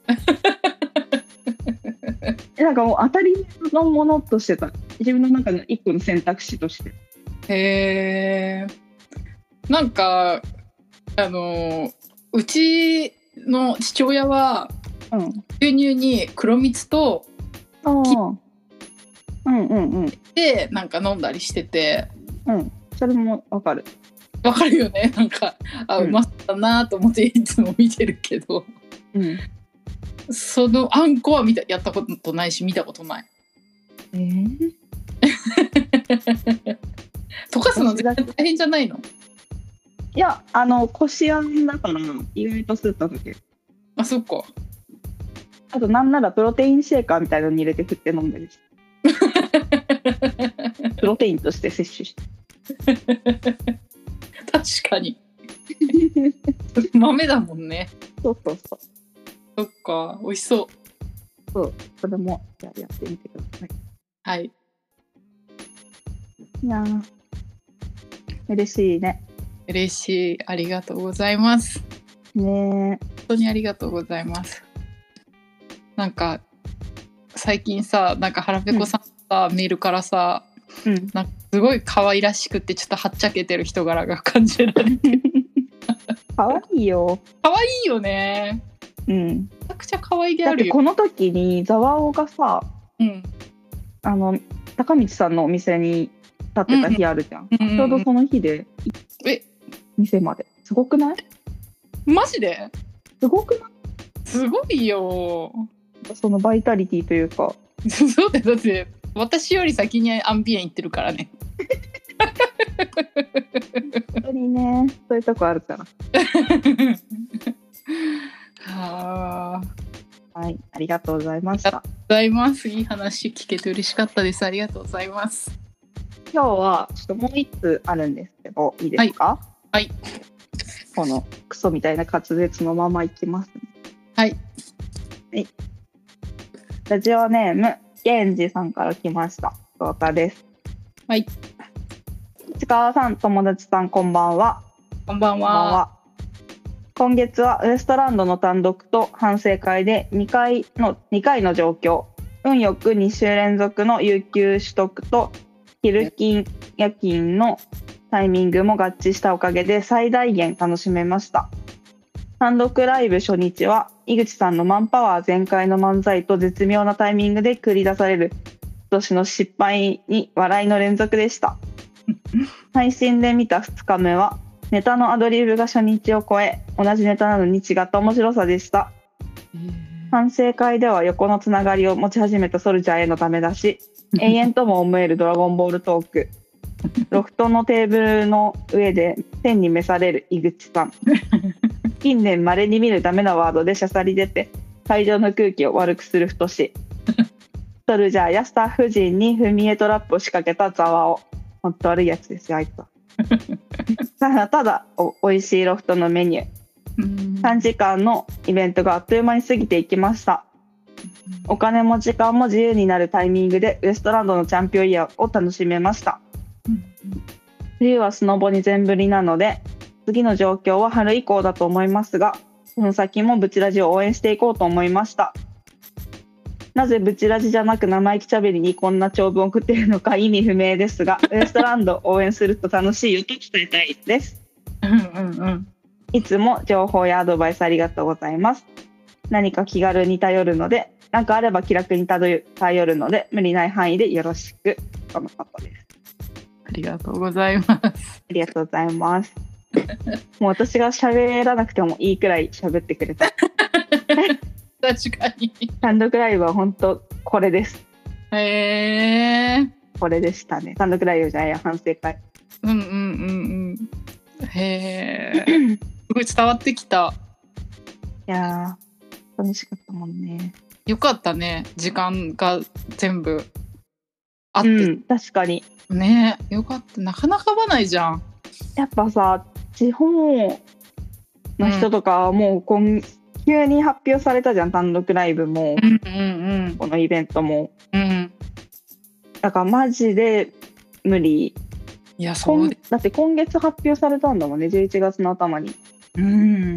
えなんかもう当たり前のものとしてた、自分の中の一個の選択肢として。 へえ。なんかあのうちの父親は、うん、牛乳に黒蜜とうんうんうんでなんか飲んだりしてて、 うん、それもわかるわかるよね。なんかあ、うん、うまそうだなと思っていつも見てるけど、うん、そのあんこは見たやったことないし見たことない。えー、溶かすの大変じゃないの？ いや、あのこしあんだから意外とスッと溶ける。 あ、そっか。 あとなんならプロテインシェーカーみたいなのに入れて振って飲んでるしプロテインとして摂取して確かに豆だもんね。 そうそうそう。 そっか、美味しそう。 そう、それもやってみてください。 はい。 いや嬉しいね。 嬉しい、ありがとうございます。 ね、 本当にありがとうございます。なんか最近さ、なんか腹ペコさんさ、うん、メールからさ、うん、なんかすごい可愛らしくてちょっとはっちゃけてる人柄が感じられて可愛いよ。 可愛いよね。うん。めちゃくちゃ可愛げあるよ。 だってこの時にザワオがさ、うん、あの高道さんのお店に立ってた日あるじゃん。うんうん、ちょうどその日で、 え、 店まですごくない？ マジで？ すごくない？ すごいよ。 そのバイタリティというか。 そうだよ、だって私より先にアンビエン行ってるからね。 本当にね、そういうとこあるからははい、ありがとうございました。ありがとうございます。いい話聞けて嬉しかったです。ありがとうございます。 今日はちょっともう一つあるんですけど、いいですか？ はい、はい、 このクソみたいな滑舌のままいきますね。 はい、 はい、ラジオネームゲンジさんから来ました。どうかです。 はい、 市川さん、友達さん、こんばんは。 こんばんは。 今月はウエストランドの単独と反省会でにかいのにかいの状況、運よくに週連続の有給取得と昼勤夜勤のタイミングも合致したおかげで最大限楽しめました。単独ライブ初日は井口さんのマンパワー全開の漫才と絶妙なタイミングで繰り出される今年の失敗に笑いの連続でした。配信で見たふつかめはネタのアドリブが初日を超え、同じネタなのに違った面白さでした。反省会では横のつながりを持ち始めたソルジャーへのためだし、永遠とも思えるドラゴンボールトーク、ロフトのテーブルの上で天に召される井口さん、近年稀に見るダメなワードでしゃさり出て会場の空気を悪くする太し、ソルジャーやスタッフ陣に踏み絵トラップを仕掛けたザワオ、本当悪いやつですよあいつは。ただお美味しいロフトのメニュー、さんじかんのイベントがあっという間に過ぎていきました。お金も時間も自由になるタイミングでウエストランドのチャンピオンイヤーを楽しめました。冬はスノボに全振りなので次の状況は春以降だと思いますが、その先もブチラジを応援していこうと思いました。なぜブチラジじゃなく生意気しゃべりにこんな長文を送っているのか意味不明ですが、ウエストランドを応援すると楽しいよと伝えたいです。うんうんうん、いつも情報やアドバイスありがとうございます。何か気軽に頼るので、何かあれば気楽に頼るので無理ない範囲でよろしく、とのことです。 りがとうございます。ありがとうございます。もう私が喋らなくてもいいくらい喋ってくれた。 確かに。 単独ライブは本当これです。 へー。 これでしたね。単独ライブじゃないや、反省会。 うんうんうんうん。へー。すごい伝わってきた。 いやー、楽しかったもんね。 よかったね。時間が全部あって、 うん、確かにね。よかった。なかなか合わないじゃん。 やっぱさ、地方の人とかもう今、うん、急に発表されたじゃん、単独ライブも、 うんうんうん、 このイベントも、 うん、 だからマジで無理。 いや、そうでだって今月発表されたんだもんね、じゅういちがつの頭に。 うん。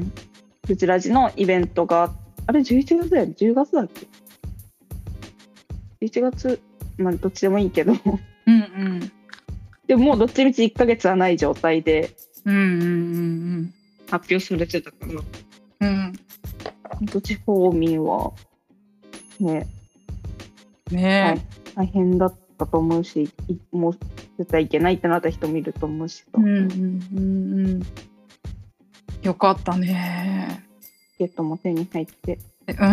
ブチラジのイベントが、あれじゅういちがつだよね、じゅうがつだっけ？じゅういちがつ、まあどっちでもいいけど。うんうん。 でももうどっちみちいっかげつはない状態で、 うんうんうんうん、 発表されてたから。 うん。 本当地方民は、ね、 ね、 大変だったと思うし、もう絶対いけないってなった人もいると思うし、 うんうんうんうん、よかったね。 チケットも手に入って、 うん、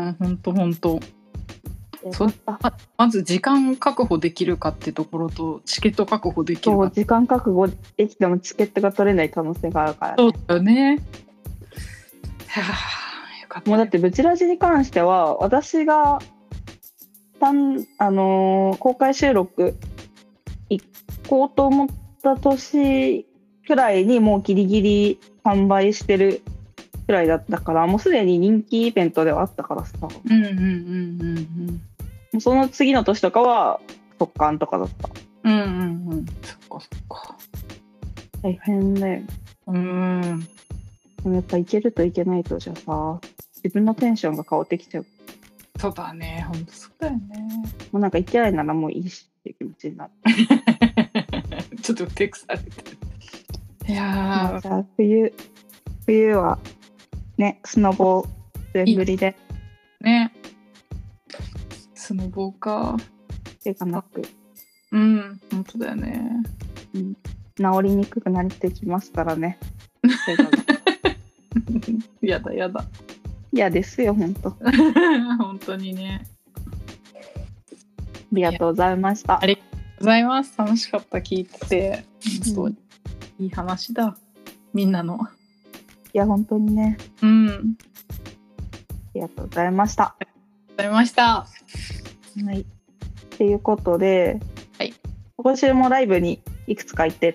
本当本当。そま, まず時間確保できるかってところとチケット確保できるか。 そう、時間確保できてもチケットが取れない可能性があるから、ね、 そうだよね。はあ、よかった。もうだってブチラジに関しては私がたん、あのー、公開収録行こうと思った年くらいにもうギリギリ販売してるくらいだったから、もうすでに人気イベントではあったからさ。 うんうんうんうんうん。その次の年とかは速乾とかだった。 うんうんうん。そっかそっか。 大変だよ。 うん。 でもやっぱいけるといけないとじゃさ、自分のテンションが変わってきちゃう。 そうだね、本当そうだよね。 もうなんかいけないならもういいしっていう気持ちになる。 ちょっとテクされてる。いやー、 じゃあ冬冬はね、スノボ全振りでね、スノボか手がなく、 うん、本当だよね、 うん、治りにくくなってきますからね。 やだやだ、 嫌ですよ本当。 本当にね。 ありがとうございました。 ありがとうございます。楽しかった、聞いて。そう、いい話だ、みんなの。 いや本当にね。 うん。ありがとうございました。 ありがとうございました。はい。っていうことで、 はい、 今週もライブにいくつか行ってって、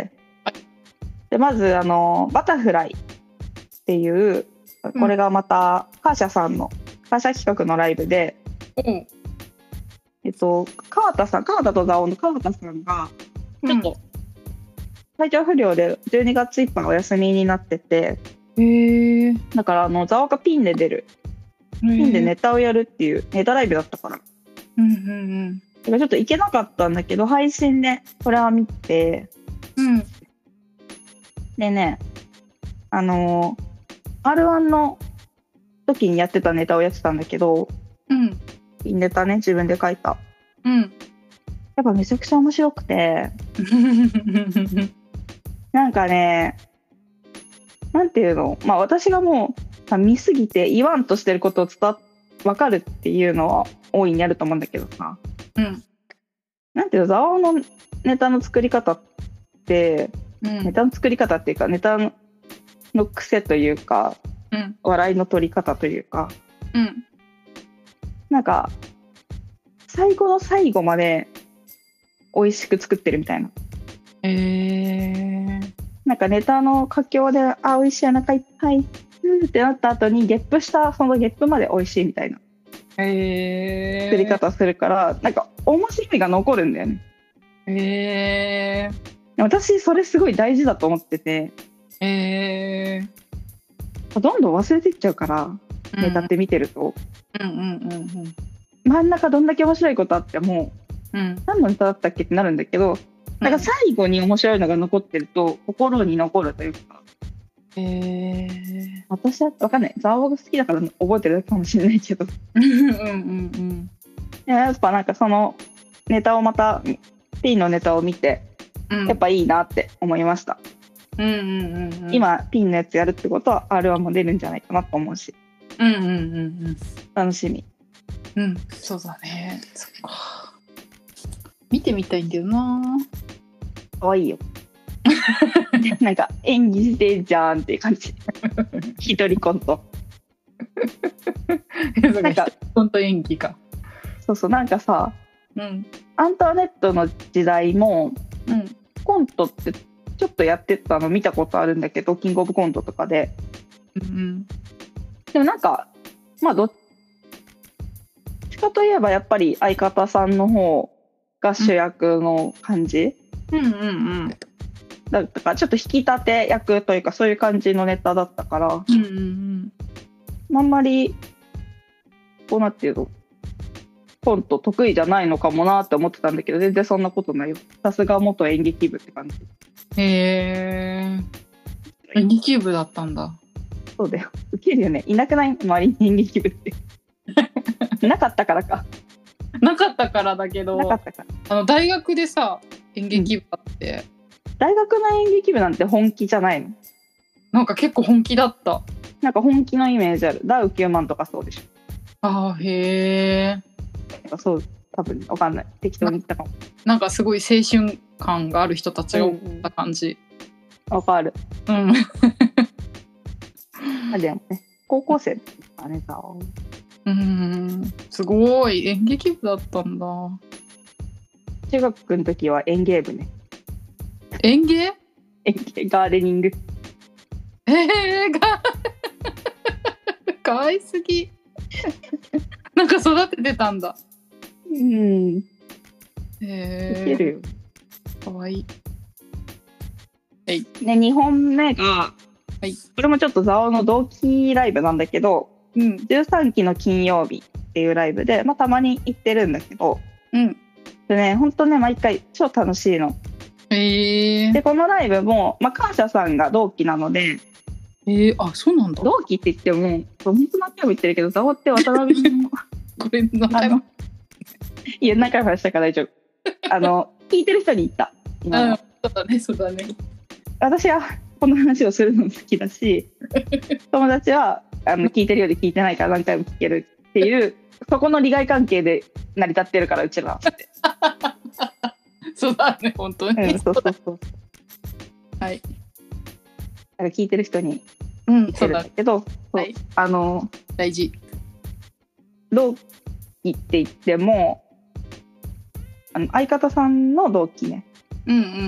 はい、でまずあのバタフライっていう、これがまたカーシャさんのカーシャ企画のライブで、うん、えっと川田さん、川田とザオの川田さんがちょっと体調不良でじゅうにがついっぱいお休みになってて、へー、だからあのザオがピンで出る、ピンでネタをやるっていうネタライブだったから、うんうんうん、だからちょっと行けなかったんだけど配信でこれは見て、うん、でね、あの アールワン の時にやってたネタをやってたんだけど、うん、ピンネタね、自分で書いた、うん、やっぱめちゃくちゃ面白くてなんかね、なんていうの、まあ私がもう見すぎて言わんとしてることを伝わ分かるっていうのは大いにあると思うんだけどさ、うん、なんていうの、ザワオのネタの作り方って、うん、ネタの作り方っていうかネタの癖というか、うん、笑いの取り方というか、うん、なんか最後の最後まで美味しく作ってるみたいな。へー。なんかネタの佳境で、あ、美味しい、お腹いっぱい、うんってなった後にゲップしたそのゲップまで美味しいみたいな作り方するから、なんか面白いが残るんだよね。へー。私それすごい大事だと思ってて、へー。どんどん忘れていっちゃうから、うん、ネタって見てると、うんうんうんうん、真ん中どんだけ面白いことあっても、うん、何のネタだったっけってなるんだけど、なんか最後に面白いのが残ってると心に残るというか、へー。私は分かんない、ザワオが好きだから覚えてるだけかもしれないけどうんうんうん、やっぱなんかそのネタをまたピンのネタを見てうん、 やっぱいいなって思いました。 うんうんうんうん、 今ピンのやつやるってことは アールワン も出るんじゃないかなと思うし、 うんうんうんうん、 楽しみ。 うん、そうだね。そっか。見てみたいんだよな。 可愛いよ。なんか演技してんじゃんっていう感じ。一人コント。 なんかコント演技か。 そうそう、なんかさ、 うん、 アンターネットの時代も、 うん、コントってちょっとやってたの見たことあるんだけど、キングオブコントとかで。 うん、 でもなんかまあどっちかといえばやっぱり相方さんの方が主役の感じ、 うんうんうんだったからちょっと引き立て役というかそういう感じのネタだったから、 うんうんうん、 あんまりこうなっていうのコント得意じゃないのかもなって思ってたんだけど、全然そんなことないよ。さすが元演劇部って感じ。 へえ、演劇部だったんだ。 そうだよ、ウケるよね。いなくない周りに演劇部ってなかったからか。 なかったからだけど、 なかったからあの大学でさ演劇部あって、 うん、大学の演劇部なんて本気じゃないの？ なんか結構本気だった。 なんか本気のイメージある。ダウきゅうまんとかそうでしょ。 あー、へえ。 そう多分わかんない、適当に言ったかも。 なんかすごい青春感がある人たちが多かった感じ。 わ、うん、かる。 うんあでもね、高校生だねさ。 うん、すごい演劇部だったんだ。 中学の時は園芸部ね。 園芸？ 園芸ガーデニング。 えー、がかわいすぎ。なんか育ててたんだ。 うん。 へえ。 いけるよ。 かわいい。はい。 ね、にほんめが、はい、これもちょっとザオの同期ライブなんだけど、うん、じゅうさんきの金曜日っていうライブで、まあ、たまに行ってるんだけど、うん、でね、ほんとね、毎回超楽しいの。 へー。 で、このライブも、まあ、感謝さんが同期なので、 えー、あ、そうなんだ。 同期って言っても、本当何回も言ってるけど、ザオって渡辺のこれ何回もいや、何回も話したから大丈夫。あの、聞いてる人に言った。 うん、そうだね、そうだね。 私はこの話をするの好きだし、友達はあの聞いてるより聞いてないから何回も聞けるっていう、そこの利害関係で成り立ってるから、うちらはって。 そうだね、本当に。うん、そうそうそう。はい。 だから聞いてる人に言ってるんだけど、 はい、 あの大事。 同期って言っても、あの相方さんの同期ね。 うんうんうん。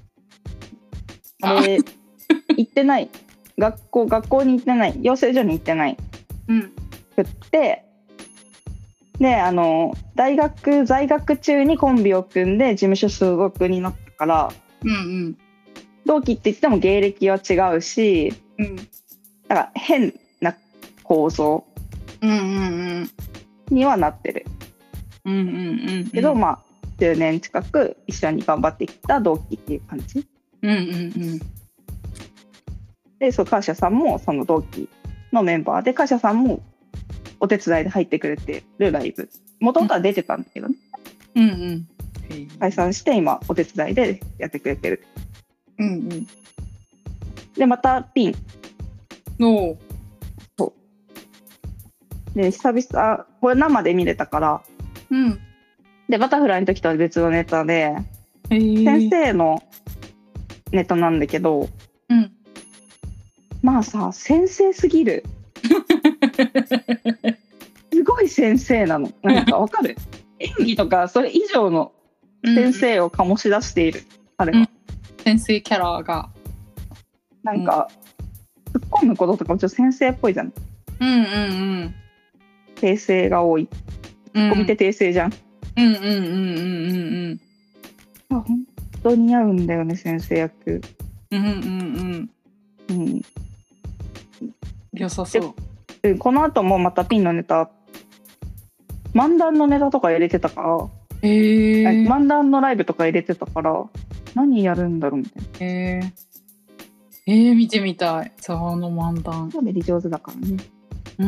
あれ行ってない学校学校に行ってない養成所に行ってない、うん、くってであの大学在学中にコンビを組んで事務所所属になったから、うんうん、同期って言っても芸歴は違うし、うん、だから変な構造にはなってる、うんうんうんうん、けどまあじゅうねん近く一緒に頑張ってきた同期っていう感じ。うんうんうん、でそう感謝さんもその同期のメンバーで、感謝さんもお手伝いで入ってくれてるライブ、もともとは出てたんだけどね、うんうん、解散して今お手伝いでやってくれてる、うんうん、でまたピンのそうで久々これ生で見れたから、うん、でバタフライの時とは別のネタで先生のネタなんだけど、うん、まあさ先生すぎるすごい先生なの。なんかわかる演技とかそれ以上の先生を醸し出している、うん、彼は、うん、 先生キャラがなんか、うん、突っ込むこととかもちょっと先生っぽいじゃん。うんうんうん訂正が多い、ツッコミって訂正じゃん、うんうんうんうんうんうん本当に合うんだよね先生役。うんうんうんうん。 良さそう。 この後もまたピンのネタ、漫談のネタとか入れてたから、えー、漫談のライブとか入れてたから何やるんだろうみたいな。 えー、えー、見てみたい。さあの漫談。 喋り上手だからね。うん。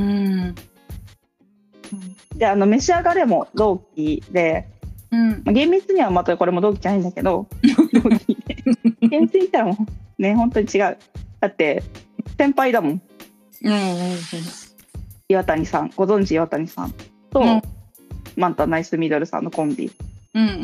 であの召し上がれも同期で。うん、厳密にはまたこれも同期じゃないんだけど同期で源泉行ったらもうね本当に違う。だって先輩だもん。 うんうんうん、 岩谷さんご存知岩谷さんと、うん、マンタナイスミドルさんのコンビ、 うんうんうん、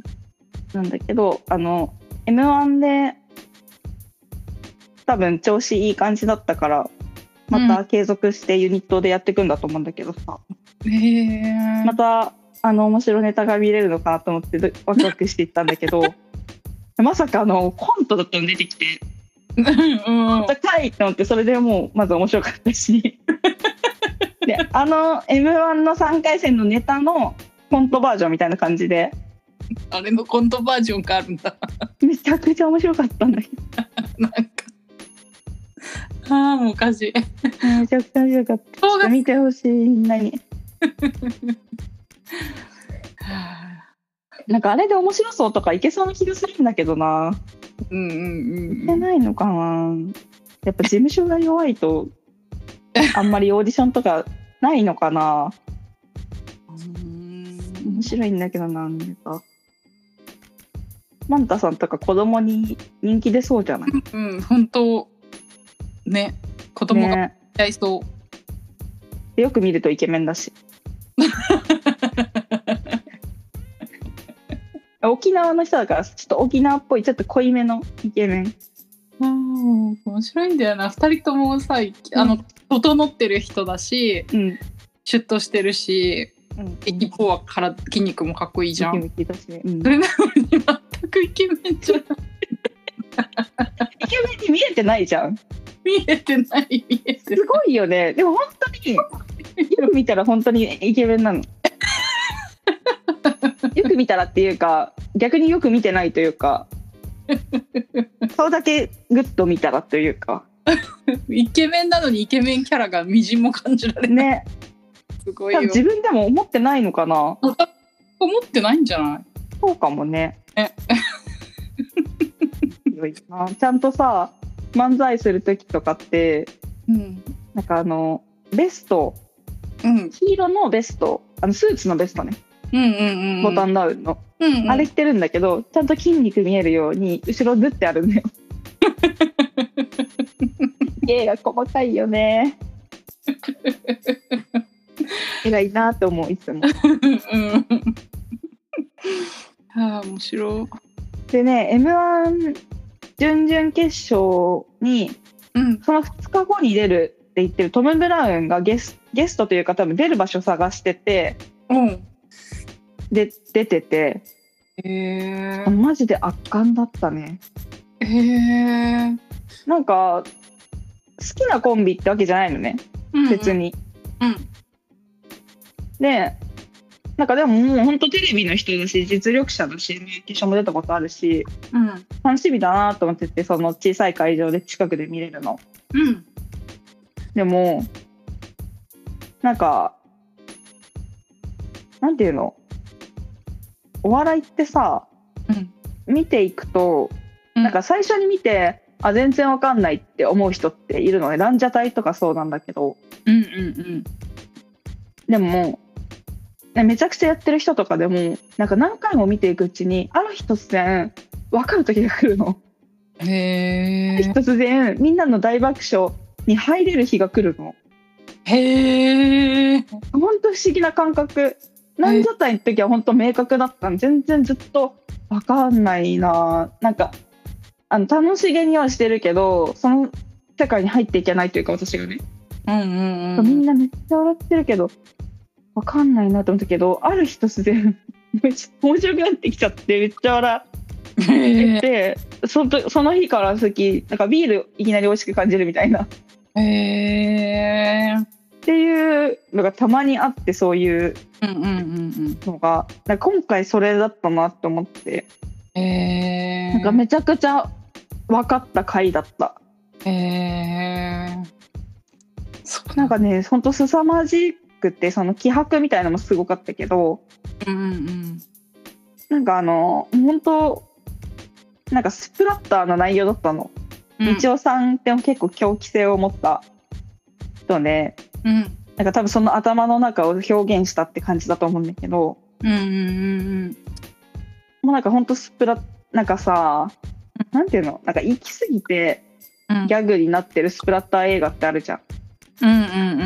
なんだけどあの エムワン で多分調子いい感じだったからまた継続してユニットでやっていくんだと思うんだけどさ、 うん、へまたあの面白いネタが見れるのかなと思ってワクワクしていったんだけどまさかあのコントだったの出てきてコントかいって思って、それでもうまず面白かったしであの エムワン のさんかい戦のネタのコントバージョンみたいな感じで、 あれのコントバージョンがあるんだめちゃくちゃ面白かったんだけどなんかああもうおかしいめちゃくちゃ面白かった。見てほしいみんなになんかあれで面白そうとかいけそうな気がするんだけどな。 うんうんうん、 いけないのかな。やっぱ事務所が弱いとあんまりオーディションとかないのかなうん面白いんだけどな。なんかマンタさんとか子供に人気出そうじゃない？ うん本当ね、子供がやりそう、ね、 でよく見るとイケメンだし沖縄の人だからちょっと沖縄っぽいちょっと濃いめのイケメン。 うん面白いんだよな。ふたりともさあの、うん、整ってる人だし、うん、シュッとしてるし、うん、一方はから筋肉もかっこいいじゃん。 イケメンだしね、うん、 それなのに全くイケメンじゃないイケメンに見えてないじゃん。 見えてない見えてない。 すごいよね。でも本当によく見たら本当にイケメンなのよく見たらっていうか逆によく見てないというか顔だけグッと見たらというかイケメンなのにイケメンキャラがみじんも感じられないね。すごいよ。 自分でも思ってないのかな。 思ってないんじゃない？ そうかもね。えちゃんとさ漫才する時とかって、うん、なんかあのベスト、うん、黄色のベストあのスーツのベストね、うんうんうん、ボタンダウンの、うんうん、あれ着てるんだけどちゃんと筋肉見えるように後ろグッてあるんだよ芸が細かいよね偉いなって思ういつも、うん、 はあ面白い。 でね エムワン 準々決勝に、うん、そのふつかごに出るって言ってるトム・ブラウンがゲス、ゲストというか多分出る場所探してて、うん、で出てて、へーマジで圧巻だったね。へーなんか好きなコンビってわけじゃないのね、うんうん、別に、うん、でなんかでももうほんとテレビの人だし実力者だしミュージションも出たことあるし、うん、楽しみだなと思っててその小さい会場で近くで見れるの、うん、でもなんかなんていうのお笑いってさ、うん、見ていくと、うん、なんか最初に見てあ全然わかんないって思う人っているのね。ランジャタイとかそうなんだけど、うんうんうん、でももうめちゃくちゃやってる人とかでもなんか何回も見ていくうちにある日突然分かる時が来るの。へー突然みんなの大爆笑に入れる日が来るの。へーほんと不思議な感覚。なんじゃったいの時はほんと明確だったの。全然ずっと分かんないな。なんかあの楽しげにはしてるけどその世界に入っていけないというか私がね、うんうんうん、みんなめっちゃ笑ってるけどわかんないなと思ったけどある日突然めっちゃ面白くなってきちゃってめっちゃ笑っててその、その日から先なんかビールいきなり美味しく感じるみたいなへーっていうのがたまにあってそういうのがなんか今回それだったなと思ってへーなんかめちゃくちゃ分かった回だった。へーそうなんかねほんと凄まじくってその気迫みたいなのもすごかったけど、うんうん、なんかあの本当なんかスプラッターな内容だったの。みちおさんって結構狂気性を持った人で、うん、なんか多分その頭の中を表現したって感じだと思うんだけど、うんうんうん、もうなんか本当スプラッなんかさ、なんていうの、なんか行き過ぎてギャグになってるスプラッター映画ってあるじゃん。 うんうんうんうん。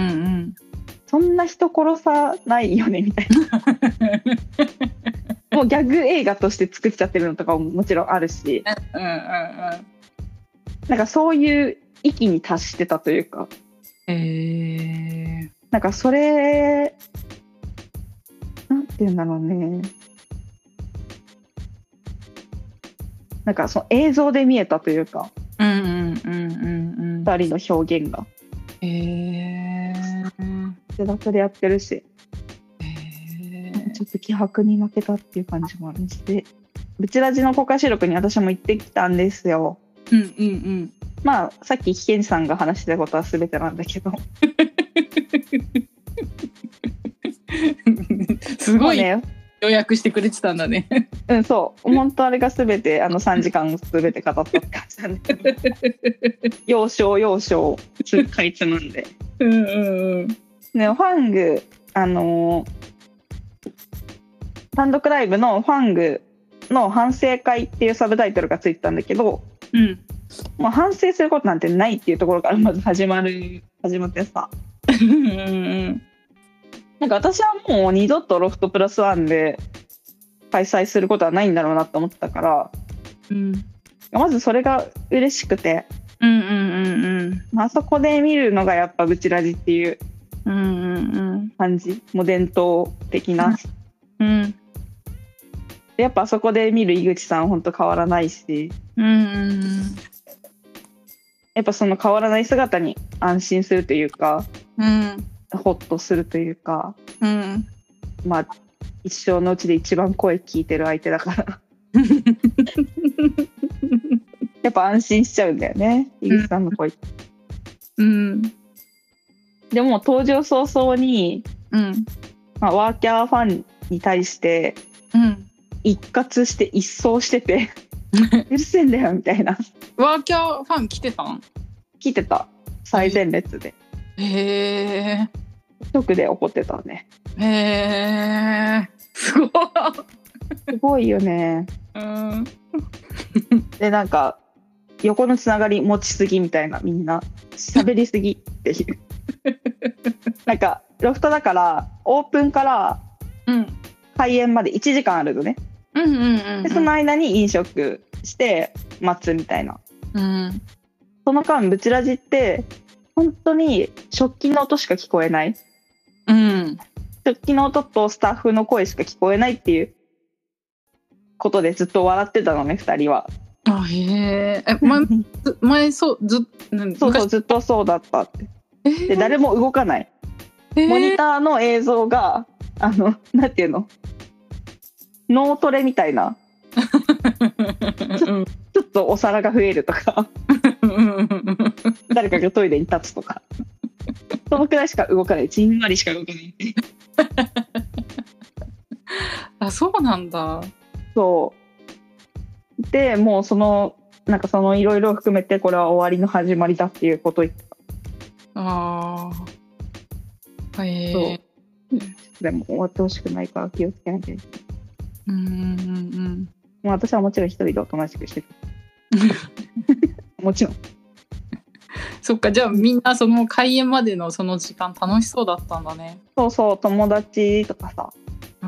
そんな人殺さないよねみたいな。もうギャグ映画として作っちゃってるのとかももちろんあるし、 うんうんうん。 なんかそういう域に達してたというか。 へえー。 なんかそれなんていうんだろうね。なんかその映像で見えたというか、 うんうんうんうんうん。 ふたりの表現が。 へえー。 でだそれやってるし、 へー。 ちょっと気迫に負けたっていう感じもあるしで、ブチラジの公開収録に私も行ってきたんですよ。 うんうんうん。 まあさっき危険さんが話してたことは全てなんだけどすごいね、 予約してくれてたんだね。 うん、そう本当あれが全てあのさんじかん全て語ったって感じなんで要所要所かいつまんでうんうんうん。 ね、ファングあのー、単独ライブのファングの反省会っていうサブタイトルがついてたんだけど、 うん、 もう反省することなんてないっていうところからまず始まる始まってさうんうん、 なんか私はもう二度とロフトプラスワンで開催することはないんだろうなって思ってたから、 うん、 まずそれが嬉しくて、 うんうんうんうん、 あそこで見るのがやっぱブチラジっていう感じ、 うんうんうん、 もう伝統的な、 うん、 やっぱあそこで見る井口さんほんと変わらないし、 うんうんうん、 やっぱその変わらない姿に安心するというか、 うん、 ホッとするというか、 うん、 まあ一生のうちで一番声聞いてる相手だからやっぱ安心しちゃうんだよね、井口さんの声、 うん、 でも登場早々に、 うんまあ、ワーキャーファンに対して、 うん、 一括して一掃しててうるせえんだよみたいな。 ワーキャーファン来てたん？ 来てた、最前列で。 へえ。 直で怒ってたね。 へえ。すごい。 すごいよね。 うん。 でなんか横のつながり持ちすぎみたいな、みんな喋りすぎっていうなんかロフトだからオープンから開演までいちじかんあるのね、 うんうんうんうん、 でその間に飲食して待つみたいな、 うん、 その間ブチラジって本当に食器の音しか聞こえない、 うん、 食器の音とスタッフの声しか聞こえないっていうことでずっと笑ってたのね、ふたりは。 あ、へえ。ま、前そうずそうそうずっとそうだったって、えー、で誰も動かない、えー、モニターの映像があのなんていうの、脳トレみたいなち ょ, ちょっとお皿が増えるとか誰かがトイレに立つとかそのくらいしか動かない、じんわりしか動かないあ、そうなんだ。 そうでもうそのなんかそのいろいろ含めてこれは終わりの始まりだっていうことを言ってた。 ああ、へえ。 でも終わってほしくないから気をつけなきゃいけない。 うんうんうん。 まあ、私はもちろん一人でおとなしくしてるもちろん。 そっか、じゃあみんなその開演までのその時間楽しそうだったんだね。 そうそう、友達とかさ、 うん、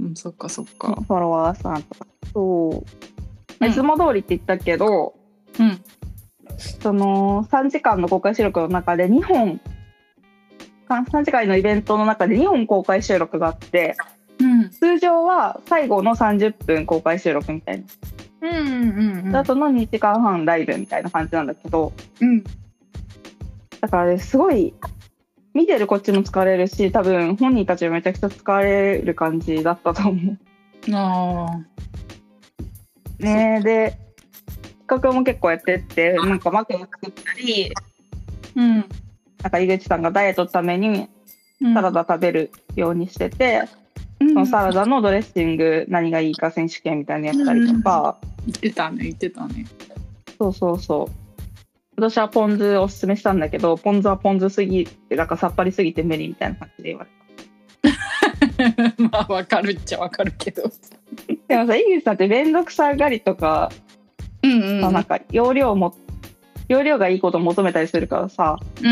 そっかそっか、 フォロワーさんとか、そう、いつも通りって言ったけど、うん、そのさんじかんの公開収録の中でにほん、さんじかんのイベントの中でにほん公開収録があって、うん、通常は最後のさんじゅっぷん公開収録みたいな、うんうんうん、あとのにじかんはんライブみたいな感じなんだけど、うん、だからね、すごい見てるこっちも疲れるし、多分本人たちもめちゃくちゃ疲れる感じだったと思う。あね、で企画も結構やってって、なんかマクを作ったり、うん、なんか井口さんがダイエットのためにサラダ食べるようにしてて、うん、そのサラダのドレッシング何がいいか選手権みたいなのやったりとか、うん、 言ってたね言ってたね。 そうそうそう。私はポン酢おすすめしたんだけど、ポン酢はポン酢すぎてなんかさっぱりすぎて無理みたいな感じで言われた。 まあわかるっちゃわかるけどでもさ、井口さんって面倒くさがりとか、 うんうんうん、 なんか容量も容量がいいことを求めたりするからさ、 うんうん、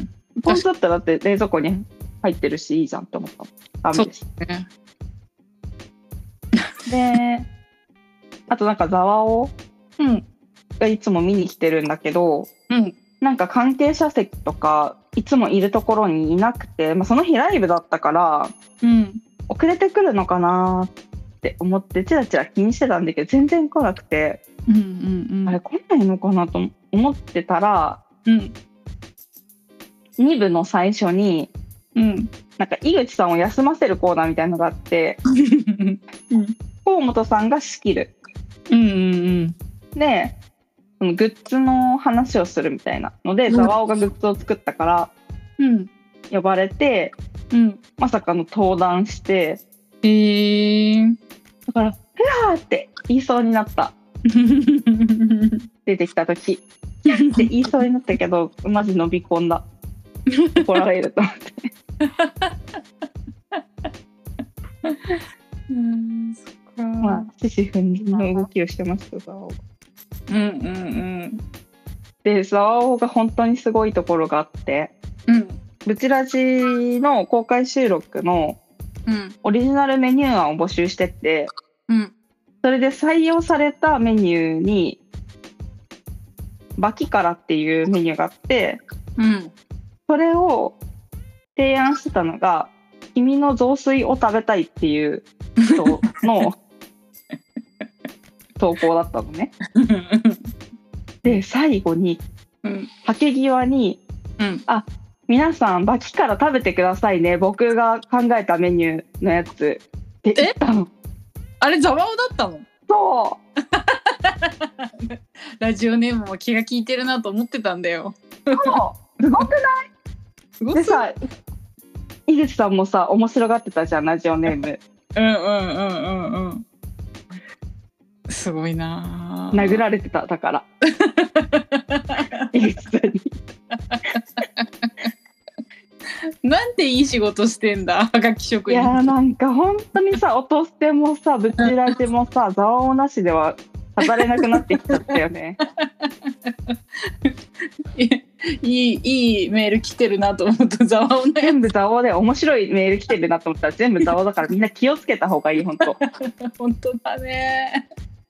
ポン酢だったらだって冷蔵庫に入ってるしいいじゃんって思ったの。ダメです。 そうね。 で、あとなんかざわおがいつも見に来てるんだけど、 うん、 なんか関係者席とかいつもいるところにいなくて、まあ、その日ライブだったから、 うん、 遅れてくるのかなって思ってチラチラ気にしてたんだけど全然来なくて、 うんうんうん、 あれ来ないのかなと思ってたら、 うん、 に部の最初に、 うん、 なんか井口さんを休ませるコーナーみたいなのがあって、うん、河本さんが仕切る、 うんうんうん、 でそのグッズの話をするみたいなので、ざわおがグッズを作ったから、うん、呼ばれて、うん、まさかの登壇して、 えー、 だから「ふわー」って言いそうになった出てきた時キャッって言いそうになったけどマジ伸び込んだ。怒られると思ってうんそっか、 まあ獅子奮迅の動きをしてましたざわお。 うんうんうん。 でざわおが本当にすごいところがあって、うん、ブチラジの公開収録のオリジナルメニュー案を募集してて、うん、それで採用されたメニューにバキカラっていうメニューがあって、うん、それを提案してたのが君の雑炊を食べたいっていう人の投稿だったのね。で最後に、うん、はけ際に、うん、あ皆さんバキカラ食べてくださいね、僕が考えたメニューのやつって言ったの。 あれざわおだったの？ そうラジオネームも気が利いてるなと思ってたんだよ。 そうすごくない？すごくでさ井口さんもさ面白がってたじゃんラジオネーム。 うんうんうんうんうん。すごいな。 殴られてただから井口さんになんていい仕事してんだはがき職人。 いやなんか本当にさ音捨てもさブチラジもさざわおなしでは語れなくなってきちゃったよね。 いいいいメール来てるなと思ったざわおの全部ざわおで面白いメール来てるなと思ったら全部ざわおだからみんな気をつけた方がいい本当。 本当だね。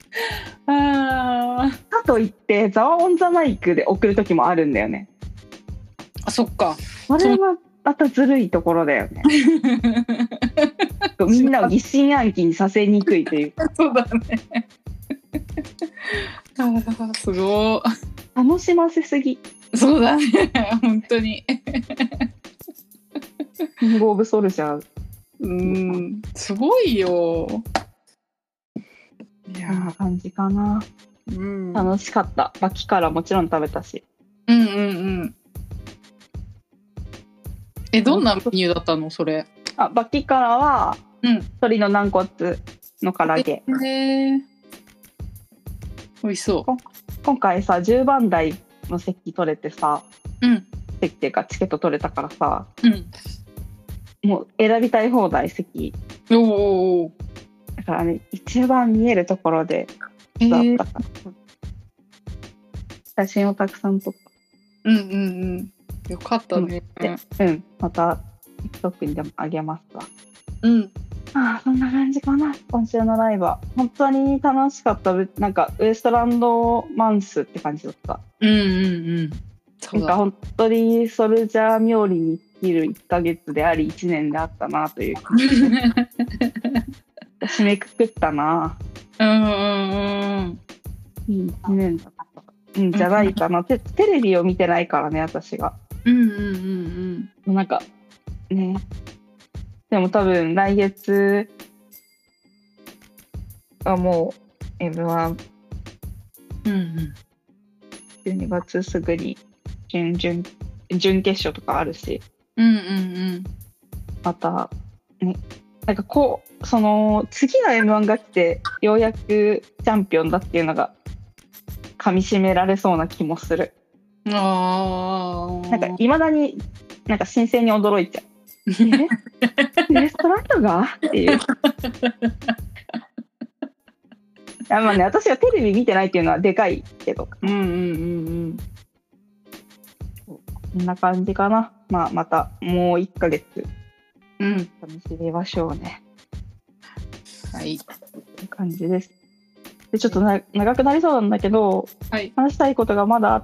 あかといってざわオンザマイクで送る時もあるんだよね。 あそっか。 それはまたずるいところだよね。みんなを疑心暗鬼にさせにくいというか。 そうだね。あすごい。 楽しませすぎ。 そうだね本当に。 キングオブソルジャー。 うんすごいよ。 いやー感じかな、うん、楽しかった。バキからもちろん食べたし。 うんうんうん。えどんなメニューだったのそれ？ あバキからは、うん、鶏の軟骨の唐揚げ。 へえ美味しそう。 今回さじゅうばん台の席取れてさ、うん、席っていうかチケット取れたからさ、うん、もう選びたい放題席。 おお。 だからね一番見えるところで座ったから、えー、写真をたくさん撮った。 うんうんうんよかったね。 うん、うん、また TikTok にでもあげますわ。 うんああそんな感じかな今週のライブは。本当に楽しかった。なんかウエストランドマンスって感じだった。 うんうんうんなんか本当にソルジャー冥利に生きるいっかげつでありいちねんであったなという締めくくったな。 うんうんうんいいいちねんだったんじゃないかな、うん、テ, テレビを見てないからね私が。 うんうんうんうんなんかねでも多分来月はもう エムワン、うんうん、じゅうにがつすぐに準々準決勝とかあるし、 うんうんうん、 またねなんかこうその次の エムワン が来てようやくチャンピオンだっていうのが噛み締められそうな気もする。 あなんか未だになんか新鮮に驚いちゃう。えウエストランドがっていうやまあね、私がテレビ見てないっていうのはでかいけど。 うんうんうんうん。 こんな感じかな。まあまたもういっかげつうん楽しみましょうね。 はい。 こんな感じです。でちょっとな長くなりそうなんだけど、 はい、 話したいことがまだあって、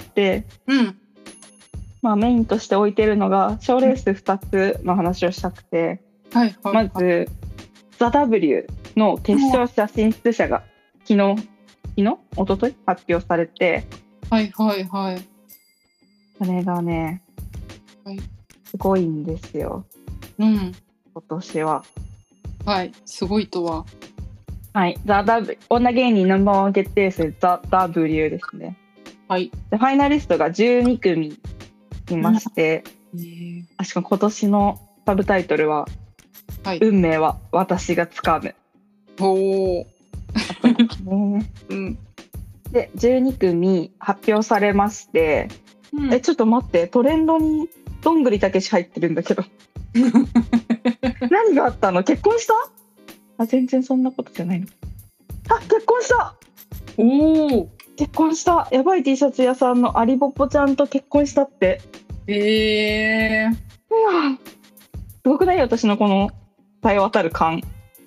うん、 まあメインとして置いてるのが賞レースふたつの話をしたくて、 はいはい、 まずザ・ W の決勝者進出者が昨日昨日一昨日発表されて、 はいはいはい。 それがね、 はい、 すごいんですよ。 うん。 今年は。 はい、すごいとは。 はい、ザ・ W 女芸人ナンバーワン決定戦ザ・ W ですね。 はい。 でファイナリストがじゅうにくみいまして、 うん、えー、 確か今年のサブタイトルは、はい、運命は私がつかむ。 おー。 ねうん、 でじゅうにくみ発表されまして、うん、えちょっと待って、トレンドにどんぐりたけし入ってるんだけど何があったの？結婚した？あ、全然そんなことじゃないの。あ、結婚した。 おお、 結婚した。やばい T シャツ屋さんのアリボッポちゃんと結婚したって。 えー、 うわ、すごくない？私のこのさえ渡る感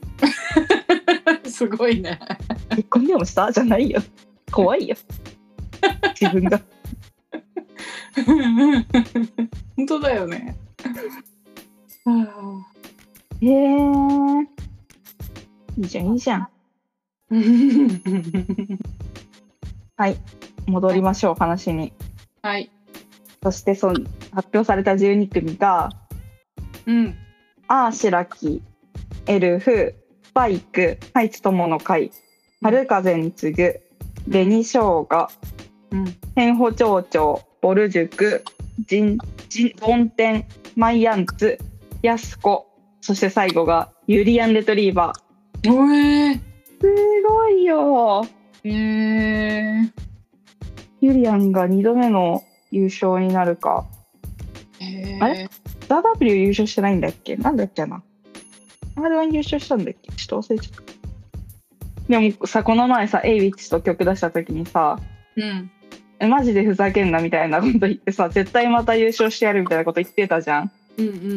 すごいね。 結婚でもしたじゃないよ、怖いよ自分が本当だよね。 へえー、いいじゃんいいじゃんはい、戻りましょう、話に。 はい。 そしてその発表されたじゅうにくみが、 うん、 アーシラキ、エルフ、スパイク、ハイツ友の会、春風に次ぐ、紅生姜、うん、変歩町長、ボル塾、ジンジンボンテン、マイアンツ、ヤスコ、そして最後がユリアンレトリーバー。おえー、 すごいよ。 えー、 ユリアンがにどめの優勝になるか。 えー、 あれザ・ W 優勝してないんだっけ？なんだっけな。アールワン 優勝したんだっけ？ちょっと忘れちゃった。でもさ、この前さ、エイウィッチと曲出した時にさ、 うん、 えマジでふざけんなみたいなこと言ってさ、絶対また優勝してやるみたいなこと言ってたじゃん。 うんうんうんうん、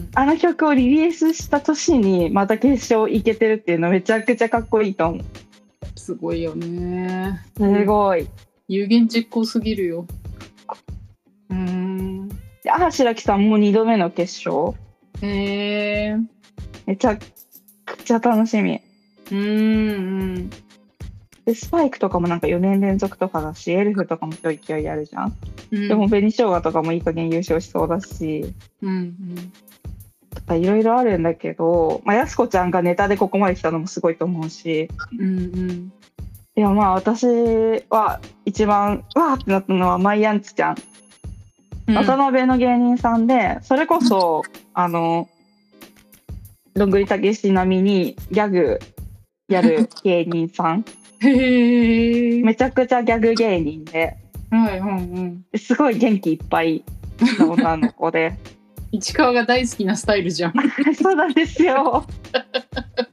あの曲をリリースした年にまた決勝行けてるっていうのめちゃくちゃかっこいいと思う。 すごいよね。 すごい。 有言実行すぎるよ。うーん。 で、あ白木さんもにどめの決勝。 へー。 めちゃくちゃ楽しみ。 うーん。 でスパイクとかもなんかよねん連続とかだし、エルフとかもちょい勢いあるじゃん。うん、でも紅生姜とかもいい加減優勝しそうだし、うんうん、とかいろいろあるんだけど、まあ、やすこちゃんがネタでここまで来たのもすごいと思うし、うんうん、いやまあ私は一番わーってなったのはマイアンツちゃん、うん、渡辺の芸人さんで、それこそあのどんぐりたけし並みにギャグやる芸人さんへめちゃくちゃギャグ芸人で、はいうんうん、すごい元気いっぱいの女の子で市川が大好きなスタイルじゃんそうなんですよそうなん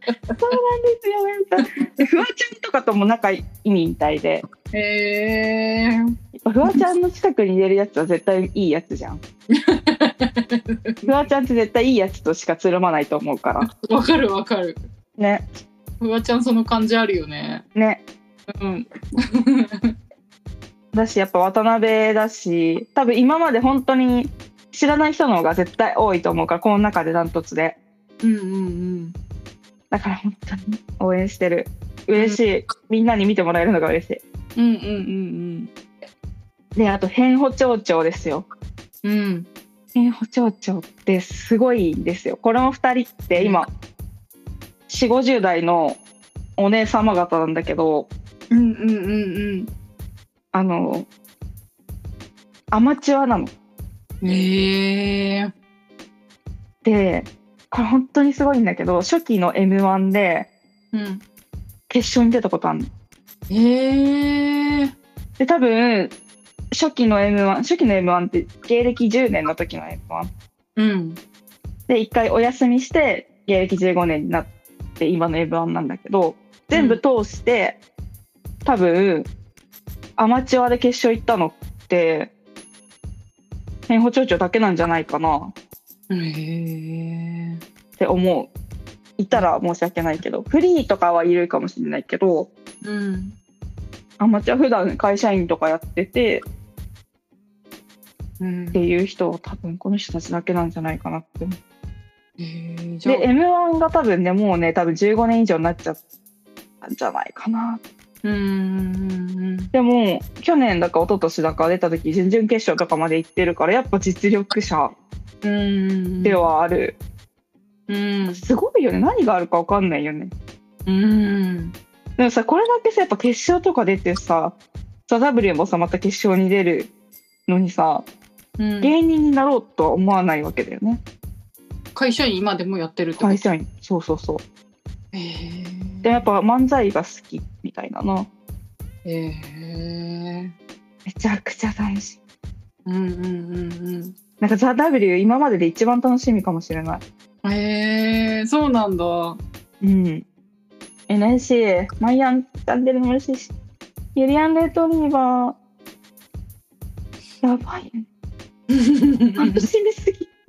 ですよ。フワちゃんとかとも仲いいみたいで、へー、フワちゃんの近くにいるやつは絶対いいやつじゃんフワちゃんって絶対いいやつとしかつるまないと思うから。 わかるわかるね。 フワちゃんその感じあるよね。 ね。 うんだしやっぱ渡辺だし、多分今まで本当に知らない人の方が絶対多いと思うから、この中でダントツで。うんうんうん。だから本当に応援してる。嬉しい、うん、みんなに見てもらえるのが嬉しい。うんうんうんうん。であと変歩町長ですよ。うん。変歩町長ってすごいんですよ。このふたりって今、うん、よんじゅう、ごじゅう代のお姉様方なんだけど、うんうんうんうん。あのアマチュアなの。へー。でこれ本当にすごいんだけど、初期の エムワン で決勝に出たことあるの。へー。で多分初期の エムワン 初期の エムワン って芸歴じゅうねんの時の エムワン、うん、で一回お休みして芸歴じゅうごねんになって今の エムワン なんだけど、全部通して多分アマチュアで決勝行ったのって千穂町長だけなんじゃないかなへーって思う。いたら申し訳ないけど、フリーとかはいるかもしれないけど、 うん、 アマチュア普段会社員とかやってて、 うん、 っていう人は多分この人たちだけなんじゃないかなって思う。 へーじゃあで エムワン が多分ねもうね多分じゅうごねん以上になっちゃったんじゃないかな。 うんうんでも去年だか一昨年だか出た時準々決勝とかまで行ってるからやっぱ実力者うんではある。 うんすごいよね。何があるか分かんないよね。 うんでもさこれだけさやっぱ決勝とか出てさザ・ W もさまた決勝に出るのにさ、 うん、 芸人になろうとは思わないわけだよね。 会社員今でもやってるってこと？ 会社員そうそうそう。 へーでやっぱ漫才が好きみたいなな。 へーめちゃくちゃ大事。 うんうんうんうんなんかザ・ W 今までで一番楽しみかもしれない。 へえー、そうなんだ。 うん。エヌエスシー、マイアンチャンネルも嬉しいし、ユリアン・レトリーバー、やばいね。楽しみすぎ。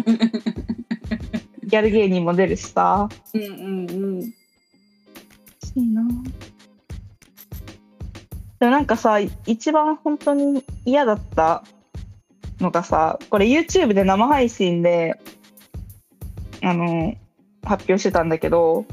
ギャル芸人も出るしさ。 うんうんうん。 欲しいな。でもなんかさ、一番本当に嫌だったのがさ、これ YouTube で生配信で、あの、発表してたんだけど、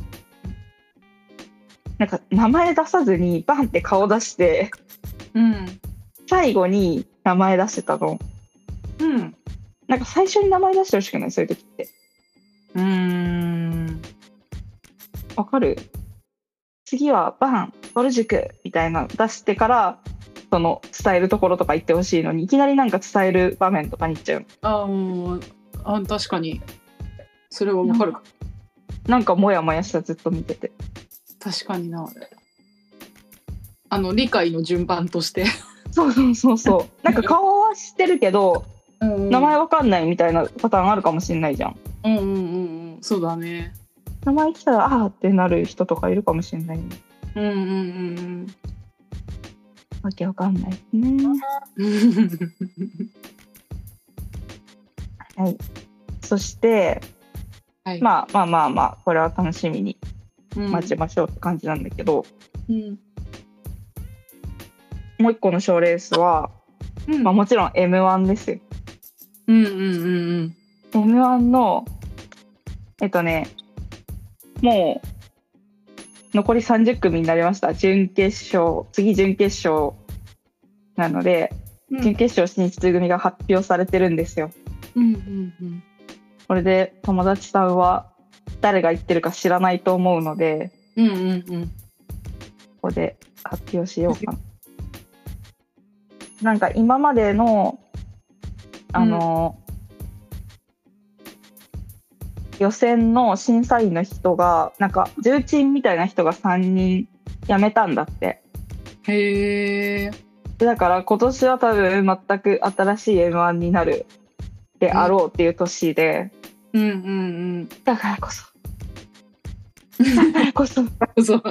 なんか名前出さずにバンって顔出して、 うん、 最後に名前出してたの。 うん。 なんか最初に名前出してほしくない？そういう時って。 うーん。 わかる？次はバン、ボル塾みたいなの出してから、その伝えるところとか言ってほしいのに、いきなりなんか伝える場面とかに行っちゃう。 あーあ、確かに。それはわかるか。 なんかモヤモヤした、ずっと見てて。 確かにな。あの理解の順番としてそうそうそうそう。なんか顔は知ってるけど、 うん、うん、 名前わかんないみたいなパターンあるかもしれないじゃん。 うんうんうんうん。そうだね。 名前来たらあーってなる人とかいるかもしれない、ね。 うんうんうんわけわかんないですね。 うん。 はい。そして、 はい、 まあまあまあまあこれは楽しみに待ちうん、 ましょうって感じなんだけど、 うん、 もう一個の賞レースは、 うんまあ、もちろん エムワン ですよ。 うんうんうんうん。 エムワン のえっとねもう残りさんじゅっ組になりました。準決勝、次準決勝なので、うん、準決勝進出組が発表されてるんですよ。 うんうんうん。 これで友達さんは誰が言ってるか知らないと思うので、 うんうんうん、ここで発表しようかな。なんか今までのあの、うん、予選の審査員の人がなんか重鎮みたいな人がさんにん辞めたんだって。 へー。 だから今年は多分全く新しい エムワン になるであろうっていう年で、 うんうんうん、 だからこそだからこそそう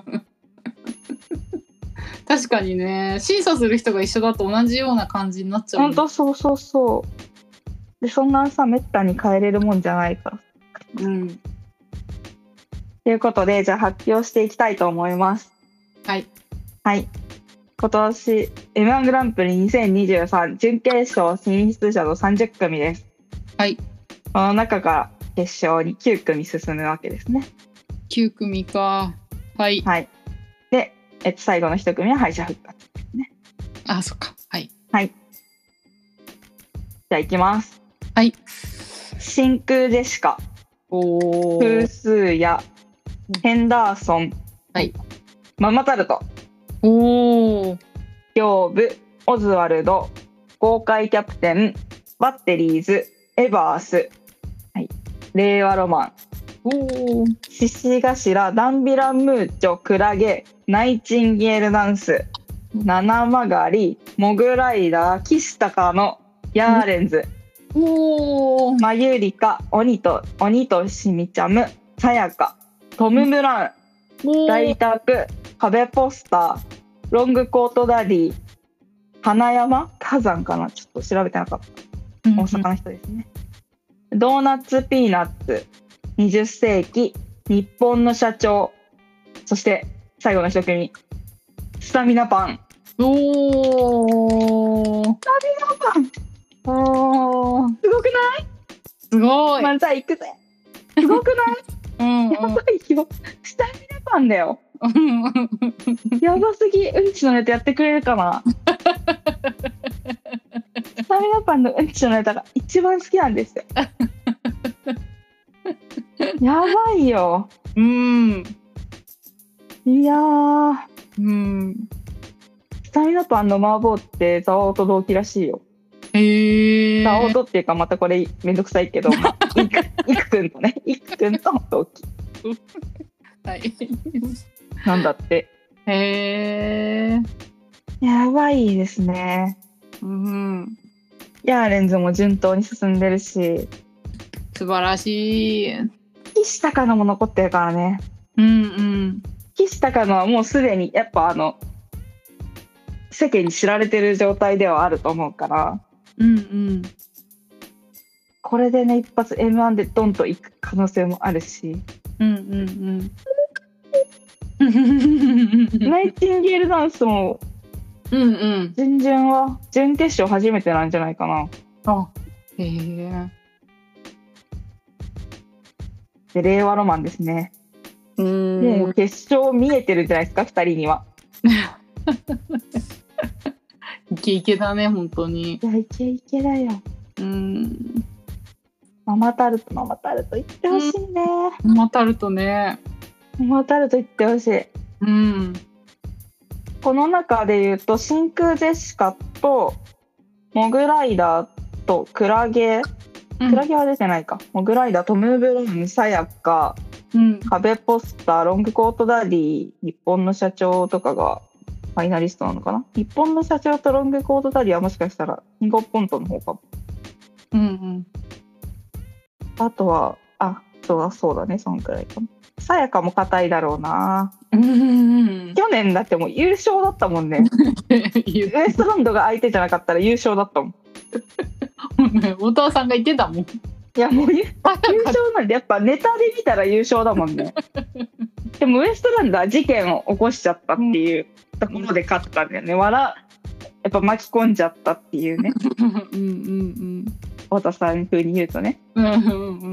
確かにね、審査する人が一緒だと同じような感じになっちゃう、ね。 本当そうそうそうで、そんなさめったに変えれるもんじゃないから。 うんということで、じゃあ発表していきたいと思います。 はいはい今年 エムワン グランプリにせんにじゅうさん準決勝進出者のさんじゅっ組です。 はい。 この中から決勝にきゅう組進むわけですね。 きゅう組か。はい。 はい。で、えっと、最後のいち組は敗者復活ですね。 あ、そっか。はい。 はい。じゃあいきます。 はい。 真空ジェシカ。 おフースーヤ。ヘンダーソン。 はい。 ママタルト。 おー。 行部、オズワルド、豪快キャプテン、バッテリーズ、エバース、はい、令和ロマン、 おー。 獅子頭、ダンビランムーチョ、クラゲ、ナイチンゲールダンス、七曲り、モグライダー、キシタカのヤーレンズ、 おー。 マユリカ、鬼と鬼としみちゃむ、さやか、トム・ブラウン、大宅、壁ポスター、 ロングコートダディ、花山火山かな、ちょっと調べてなかった。大阪の人ですね。うんうん、ドーナツピーナッツ、にじゅっ世紀、日本の社長、そして最後の一組、スタミナパン。 おー、スタミナパン。 おー、 すごくない？ すごい。 漫才行くぜ。すごくない？うん、うん、やばいよ。スタミナパンだよ。やばすぎ。うんちのネタやってくれるかな。スタミナパンのうんちのネタが一番好きなんですよ。やばいよ。 うん。 いやー。 うん。 スタミナパンの麻婆ってザワオと同期らしいよ。 へえ。 ザワオとっていうかまたこれめんどくさいけど、まあ、いくいくくんとね、いくくんと同期。 はい。 なんだって。 へえ。 やばいですね。 うん。 ヤーレンズも順当に進んでるし。 素晴らしい。 岸高野も残ってるからね。 うんうん。 岸高野はもうすでにやっぱあの世間に知られてる状態ではあると思うから。 うんうん。 これでね一発 エムワン でドンといく可能性もあるし。 うんうんうん。 ナイチンゲールダンスも。 うんうん。 準々は準決勝初めてなんじゃないかな。 あ、へえ。 で令和ロマンですね。 うん。 もう決勝見えてるじゃないですかふたりには。 イケイケだね本当に。 いやイケイケだよ。 うん。 ママタルトママタルト言ってほしいね。 ママタルトね。 ママタルト言ってほしい。 うん。 この中で言うと真空ジェシカとモグライダーとクラゲ、うん、クラゲは出てないか。モグライダー、トム・ブラウン、さやか、うん、壁ポスター、ロングコートダディ、日本の社長とかがファイナリストなのかな。日本の社長とロングコートダディはもしかしたらキングオブコントの方かも。 うんうん。 あとはあそうだそうだねそんくらいかも。さやかも硬いだろうな。 うんうん、 去年だってもう優勝だったもんね。ウエストランドが相手じゃなかったら優勝だったもん。 お父さんが言ってたもん。いやもう優勝なんでやっぱネタで見たら優勝だもんね。でもウエストランドは事件を起こしちゃったっていうところで勝ったんだよね。笑やっぱ巻き込んじゃったっていうね。 うんうんうん。 太田さん風に言うとね。 うんうんうん。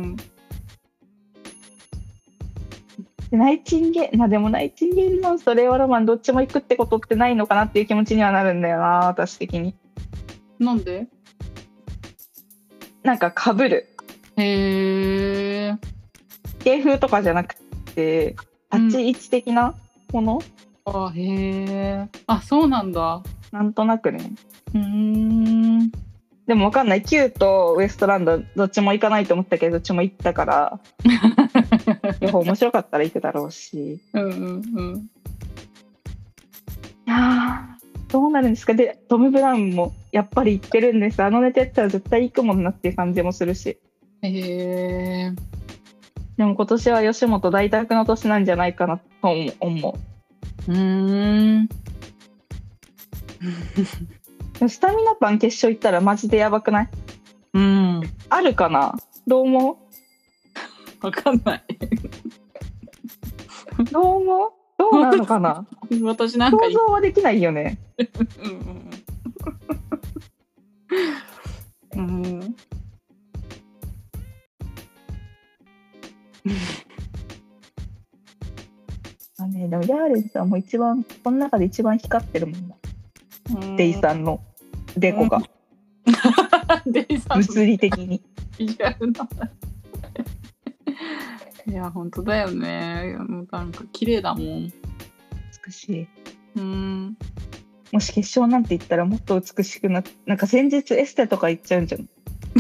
ナイチンゲまあでもナイチンゲールダンスと令和ロマンどっちも行くってことってないのかなっていう気持ちにはなるんだよな私的に。 なんで？ なんか被る。 へー。 芸風とかじゃなくて立ち位置的なもの、 うん、あへー。あそうなんだ。 なんとなくね。 うーん。 でも分かんない。Q とウエストランドどっちも行かないと思ったけどどっちも行ったから両方面白かったら行くだろうし。 うんうんうん。いやどうなるんですか。でトム・ブラウンもやっぱり行ってるんです。あのネタやったら絶対行くもんなっていう感じもするし。 へー。 でも今年は吉本大宅の年なんじゃないかなと思う。うーん。 スタミナパン決勝行ったらマジでやばくない？ うん。 あるかな？どう思う？わかんない。 どう思う？どうなのかな？ 私なんか想像はできないよね。 うんうん。うんあね、でもヤーレンさんも一番この中で一番光ってるもんな。デイさんのデコが、うん、 デイさん物理的にいや本当だよね。もうなんか綺麗だもん。 美しい。 うん。 もし決勝なんて言ったらもっと美しくなって、なんか先日エステとか行っちゃうんじゃん。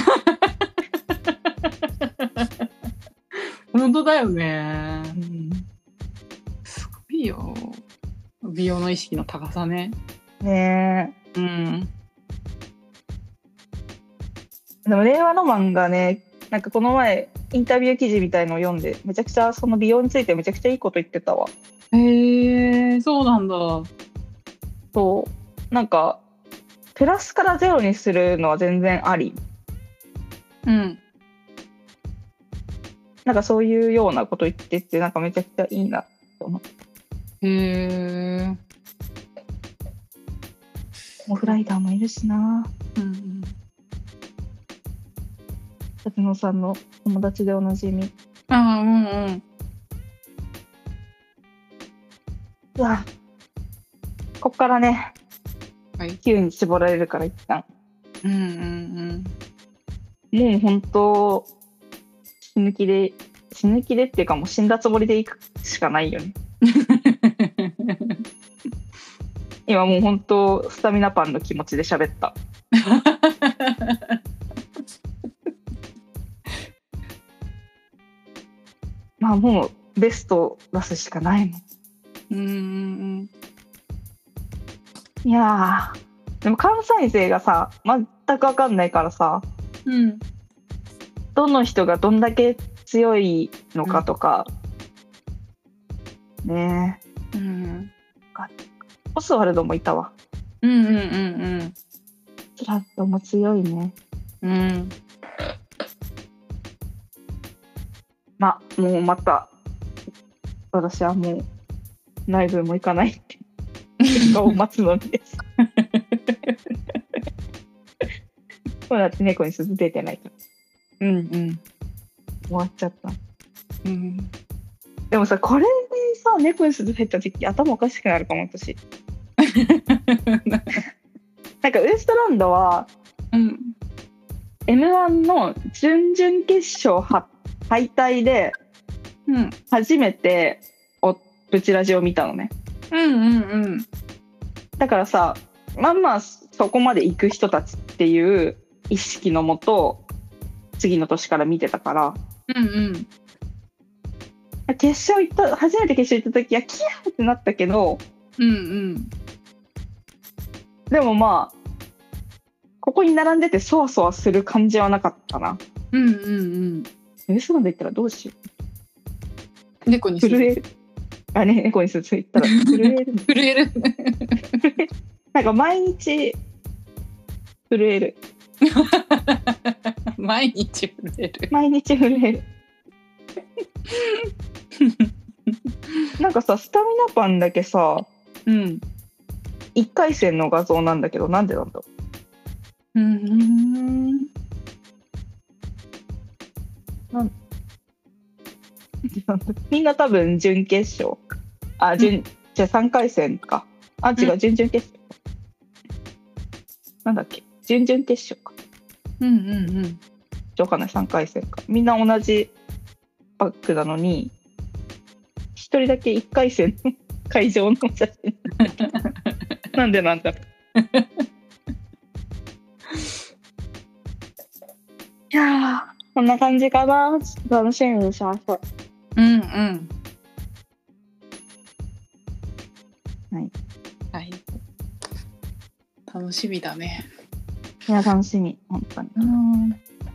本当だよね、 うん、 すごいよ美容の意識の高さね。 ねえ。うん。 でも令和ロマンがね、なんかこの前インタビュー記事みたいのを読んでめちゃくちゃその美容についてめちゃくちゃいいこと言ってたわ。 へえ、そうなんだ。 そうなんかプラスからゼロにするのは全然あり。 うんなんかそういうようなこと言ってて、なんかめちゃくちゃいいなって思って。 へえ。 モグライダーもいるしな。 うんうん。 辰野さんの友達でおなじみ。 ああ、うんうん。 うわ、こっからね、 はい。 きゅうに絞られるから一旦。 うんうんもう本当死ぬ気で死ぬ気でっていうかもう死んだつもりでいくしかないよね。今もう本当スタミナパンの気持ちで喋った。まあもうベスト出すしかないもん。 うんうんうん。 いやーでも関西勢がさ全く分かんないからさ、 うん、 どの人がどんだけ強いのかとか、うん、ねえ、うん、オスワルドもいたわ。 うんうんうんうん。 スラッドも強いね。 うん。 まあもうまた私はもうライブも行かないって結果を待つのみです。そうだって猫に鈴出てないから。 うんうん。 終わっちゃった。 うん。 でもさこれでさ猫に鈴入った時頭おかしくなるかも私。なんかウエストランドは、うん、エムワン の準々決勝敗退で、うん、初めておブチラジを見たのね。うんうんうん。だからさまあまあそこまで行く人たちっていう意識のもと次の年から見てたから、うんうん、決勝行った初めて決勝行った時はキヤーってなったけど、うんうん、でもまあここに並んでてそわそわする感じはなかったな。うんうんうん。ウエストランド行ったらどうしよう。猫にする。震える。あね猫にすると言ったら震える。震える。なんか毎日震える。 毎日震える。 毎日震える。なんかさスタミナパンだけさ、うん、いっかい戦の画像なんだけどなんでなんだろう。うーんなんみんな多分準決勝あ準、うん、じゃあさんかい戦かあ違う、うん、準々決勝なんだっけ準々決勝かうんうんうんわかんないさんかい戦かみんな同じバッグなのにひとりだけいっかい戦の会場の写真なんでなんだろう。いやーこんな感じかな。ちょっと楽しみにしましょう。うんうんはいはい楽しみだね。 いや楽しみ本当に。うん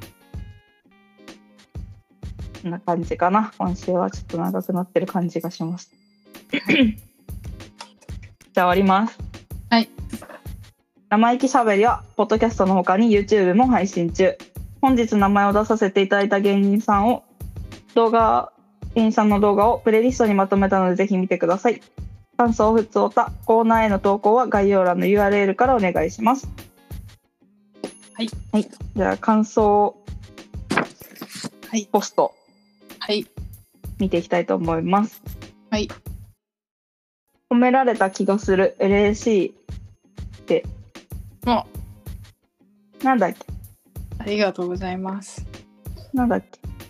こんな感じかな。今週はちょっと長くなってる感じがします。じゃあ終わります。 はい。 生意気しゃべりはポッドキャストの他に YouTube も配信中。本日名前を出させていただいた芸人さんを動画芸人さんの動画をプレイリストにまとめたのでぜひ見てください。感想ふつおたコーナーへの投稿は概要欄の ユーアールエル からお願いします。 はい、 はい、じゃあ感想ポスト、 はい、 見ていきたいと思います。 はい。 褒められた気がする エルエーシー ってあなんだっけ。 ありがとうございます。 なんだっけ。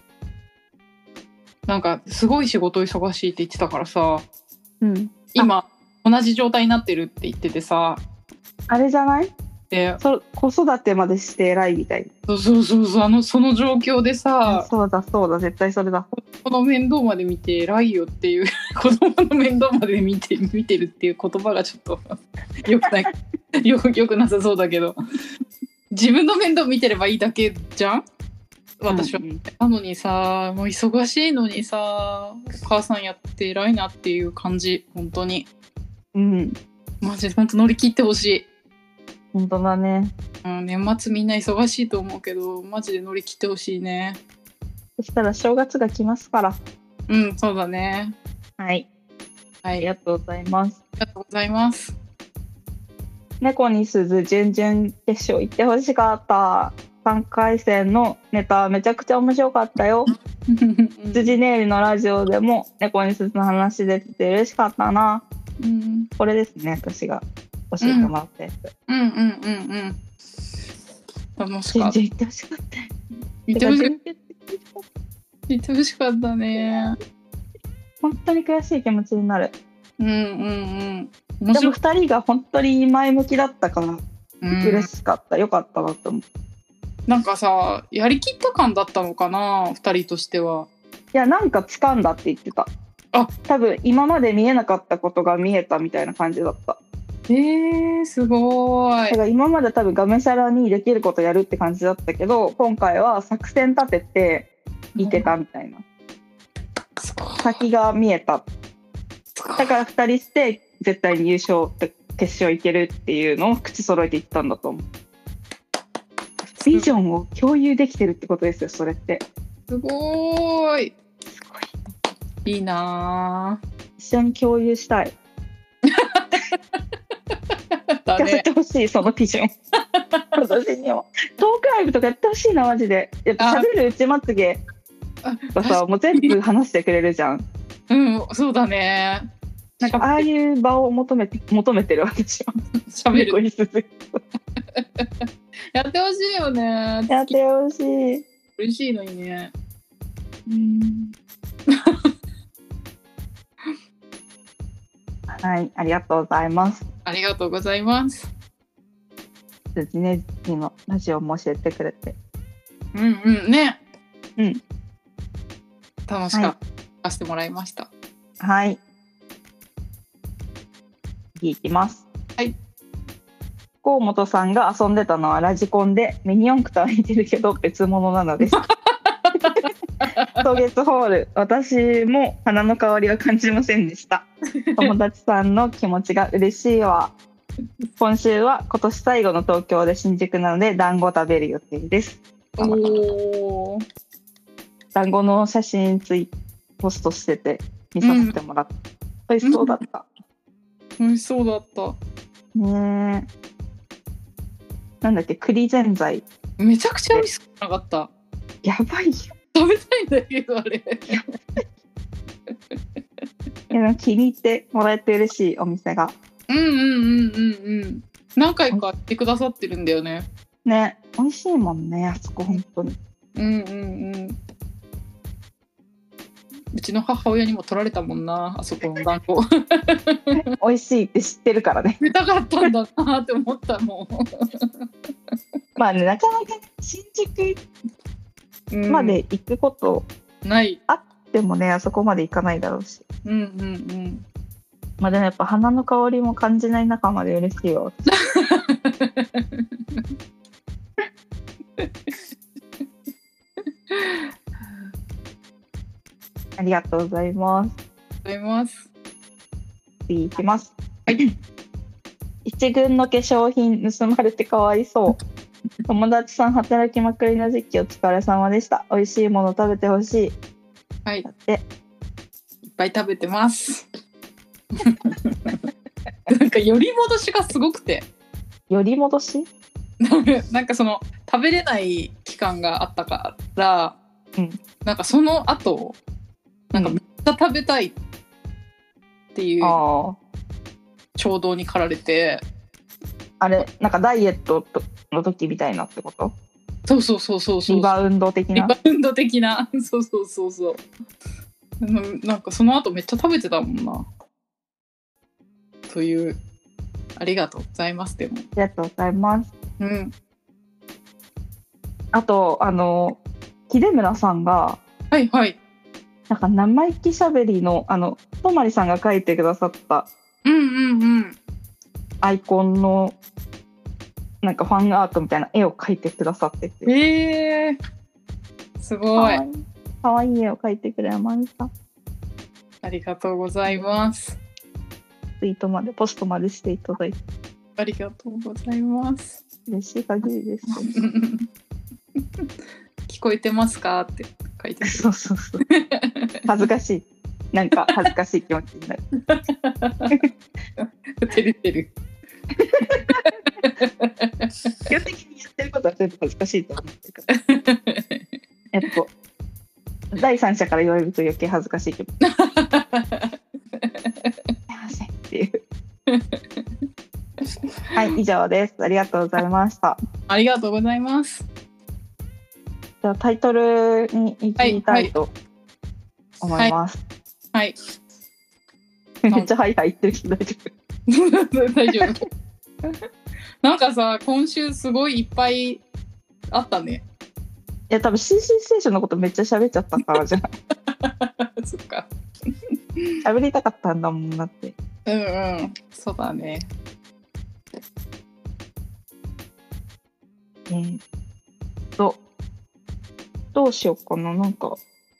なんかすごい仕事忙しいって言ってたからさ、 うん、 今同じ状態になってるって言っててさ、 あれじゃないでそ子育てまでして偉いみたいな。そうそうそうあのその状況でさ、 そうだそうだ絶対それだ。 この面倒まで見て偉いよっていう子供の面倒まで見て見てるっていう言葉がちょっとよくないよくよくなさそうだけど、自分の面倒見てればいいだけじゃん私は、うんうん、なのにさもう忙しいのにさお母さんやって偉いなっていう感じ本当に。 うんマジで本当乗り切ってほしい。 本当だね。 うん、年末みんな忙しいと思うけど、マジで乗り切ってほしいね。 そしたら正月が来ますから。 うん、そうだね。 はい。 はい、 ありがとうございます。 ありがとうございます。 猫に鈴準々決勝行ってほしかった。さんかい戦のネタめちゃくちゃ面白かったよ。羊ネイルのラジオでも猫に鈴の話出てて嬉しかったな。うん、これですね、私が教えてもらったやつ。 うんうんうんうんうん。楽しかった。 全然行ってほしかった。 行ってほしかった。行ってほしかったね。 本当に悔しい気持ちになる。 うんうんうん。でもふたりが本当に前向きだったから嬉しかった、うん、よかったなと思う。 なんかさ、やりきった感だったのかな、ふたりとしては。 いや、なんか掴んだって言ってた。あ、多分今まで見えなかったことが見えたみたいな感じだった。 えー、すごい。 だから今まで多分がむしゃらにできることやるって感じだったけど、今回は作戦立てていけたみたいな、うん、先が見えた。だからふたりして絶対に優勝って決勝いけるっていうのを口揃えていったんだと思う。ビジョンを共有できてるってことですよ、それって。 すごい。すごい。いいなぁ。 一緒に共有したい。聞かせてほしい、そのビジョン。私にも。トークライブとかやってほしいな、マジで。やっぱ喋るうちまつげがさ、もう全部話してくれるじゃん。 うん、そうだね。 なんかああいう場を求めて求めてる私は。 喋る。やってほしいよね。 やってほしい。 嬉しいのにね。 うん。はい、ありがとうございます。 ありがとうございます。 辻ねじのラジオも教えてくれて。 うんうんね。 うん。 楽しかった。はい、させてもらいました。 はい。次いきます。 はい。 河本さんが遊んでたのはラジコンでミニ四駆とは似てるけど別物なのです。渡月ホール、私も花の香りは感じませんでした。友達さんの気持ちが嬉しいわ。今週は今年最後の東京で新宿なので団子食べる予定です。おー。団子の写真ツイポストしてて見させてもらって、うん、美味しそうだった、 うん、美味しそうだったね。なんだっけ、栗ぜんざいめちゃくちゃ美味しくなかった。 やばいよ、 食べたいんだけどあれ。 いや気に入ってもらえて嬉しいお店が。 うんうんうんうんうん。何回か行ってくださってるんだよね。 ね、美味しいもんね、あそこ本当に。 うんうんうん。うちの母親にも取られたもんな、あそこの団子。 美味しいって知ってるからね。 食べたかったんだなって思ったもん。 まあね、なかなか新宿まで行くことないあってもね、あそこまで行かないだろうし。 うんうんうん。 まあでもやっぱ花の香りも感じない中まで嬉しいよ。ありがとうございます。 ありがとうございます。 次いきます。 はい。 一軍の化粧品盗まれてかわいそう。友達さん働きまくりの時期お疲れ様でした。美味しいもの食べてほしい。 はい。 だっていっぱい食べてます。なんかより戻しがすごくて。 より戻し？ なんかその食べれない期間があったから、 うん、 なんかその後なんかめっちゃ食べたいっていう衝動に駆られて、 あれなんかダイエットの時みたいなってこと？ そうそうそうそうそう。 リバウンド的な。 リバウンド的な。そうそうそうそう。なんかその後めっちゃ食べてたもんな。というありがとうございます。でもありがとうございます。 うん。 あとあの木出村さんがはいはい。 なんか生意気しゃべりのあのとまりさんが書いてくださったうんうんうんアイコンのなんかファンアートみたいな絵を描いてくださってて、 えー、すごいかわいい絵を描いてくれました。 ありがとうございます。 ツイートまでポストまでしていただいてありがとうございます。 嬉しい限りです、ね、 聞こえてますかって書いてる。 そうそうそう恥ずかしい、なんか恥ずかしい気持ちになる照れてる基本的にやってることは全部恥ずかしいと思ってるからえっと第三者から言われると余計恥ずかしいけどすいませんっていうはい以上です。ありがとうございました。 ありがとうございます。 じゃあタイトルに行きたいと思います。 はい、 はい、めっちゃはいはい言ってるけど大丈夫大丈夫なんかさ今週すごいいっぱいあったね。 いや多分 シーシー ステーションのことめっちゃ喋っちゃったからじゃないそっか喋りたかったんだもんだって。 うんうんそうだね。 えー、とどうしようかな。なんか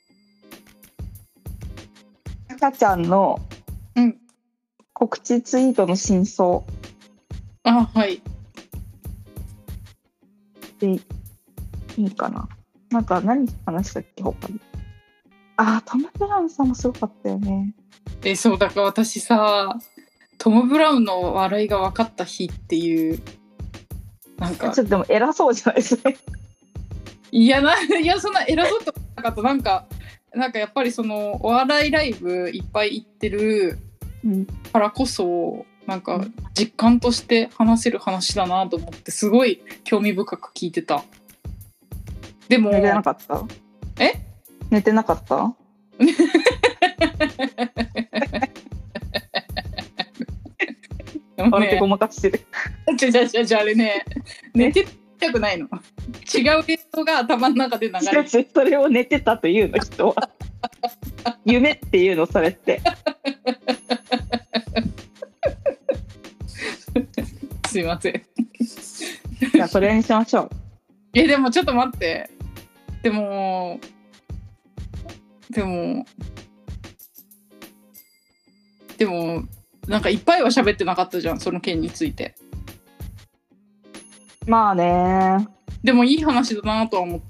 赤ちゃんの告知ツイートの真相、 うん、あはいでいいかな。なんか何話したっけ他に。あトム・ブラウンさんもすごかったよね。 えそうだから私さトム・ブラウンの笑いが分かった日っていうなんかちょっとでも偉そうじゃないですかいやないやそんな偉そうとなかった。なんかなんかやっぱりそのお笑いライブいっぱい行ってるからこそ、うん、なんか実感として話せる話だなと思ってすごい興味深く聞いてた。でも寝てなかった？ え？ 寝てなかった笑ってごまかしてる。 じゃじゃじゃじゃあれね寝てたくないの違う映像が頭の中で流れてる。それを寝てたというの人は夢っていうのそれってすいませんじゃあそれにしましょう。 えでもちょっと待ってでもでもでもなんかいっぱいは喋ってなかったじゃんその件について。 まあねでもいい話だなとは思った。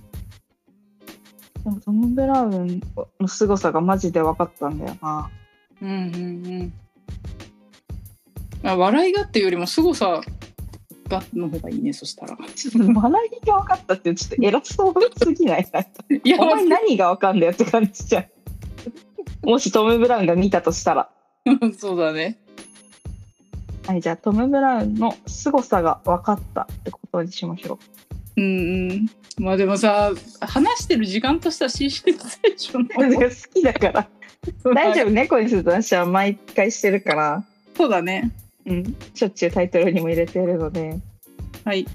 でもトム・ブラウンの凄さがマジで分かったんだよな。 うんうんうんあ笑いがっていうよりも凄さがの方がいいね。そしたらちょっと笑いが分かったってちょっと偉そうすぎないいやお前何が分かんだよって感じじゃんもしトム・ブラウンが見たとしたらそうだね。 はいじゃあトム・ブラウンの凄さが分かったってことにしましょう。うんうんまあでもさ話してる時間としては シーシー ステーションの好きだから大丈夫。猫にすると私は毎回してるから。 そうだね。 うん、しょっちゅうタイトルにも入れてるので。 はい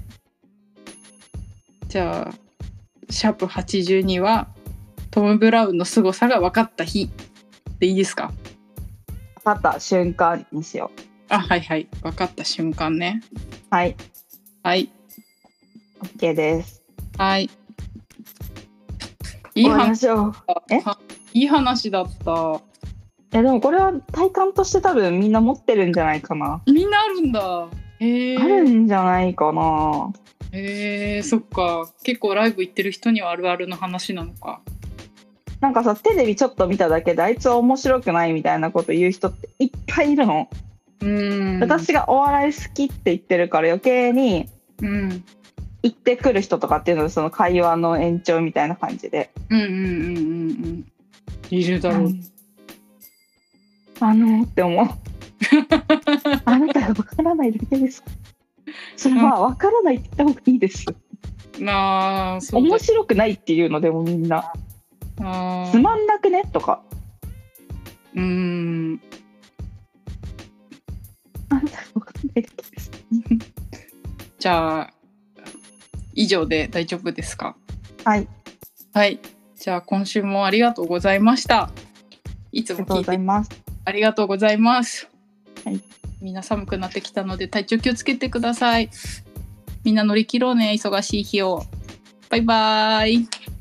じゃあシャープはちじゅうにはトム・ブラウンの凄さが分かった日でいいですか？ 分かった瞬間にしよう。 あはいはい分かった瞬間ね。 はいはい OK です。 はいいい話えいい話だった。 えでもこれは体感として多分みんな持ってるんじゃないかな。 みんなあるんだ。へあるんじゃないかな。 へえそっか結構ライブ行ってる人にはあるあるの話なのか。 なんかさテレビちょっと見ただけであいつは面白くないみたいなこと言う人っていっぱいいるの。 うん私がお笑い好きって言ってるから余計に言ってくる人とかっていうのでその会話の延長みたいな感じでうんうんうんうんうんいるだろう、うん、 あのって思うあなたが分からないだけですそれは分からないって言った方がいいです。 まあそう面白くないっていうのでもみんなあつまんなくねとかうーんあなたが分からないだけですじゃあ以上で大丈夫ですか？ はいはいじゃあ今週もありがとうございました。いつも聞いてありがとうございます。 はい、 みんな寒くなってきたので体調気をつけてください。みんな乗り切ろうね忙しい日を。バイバイ。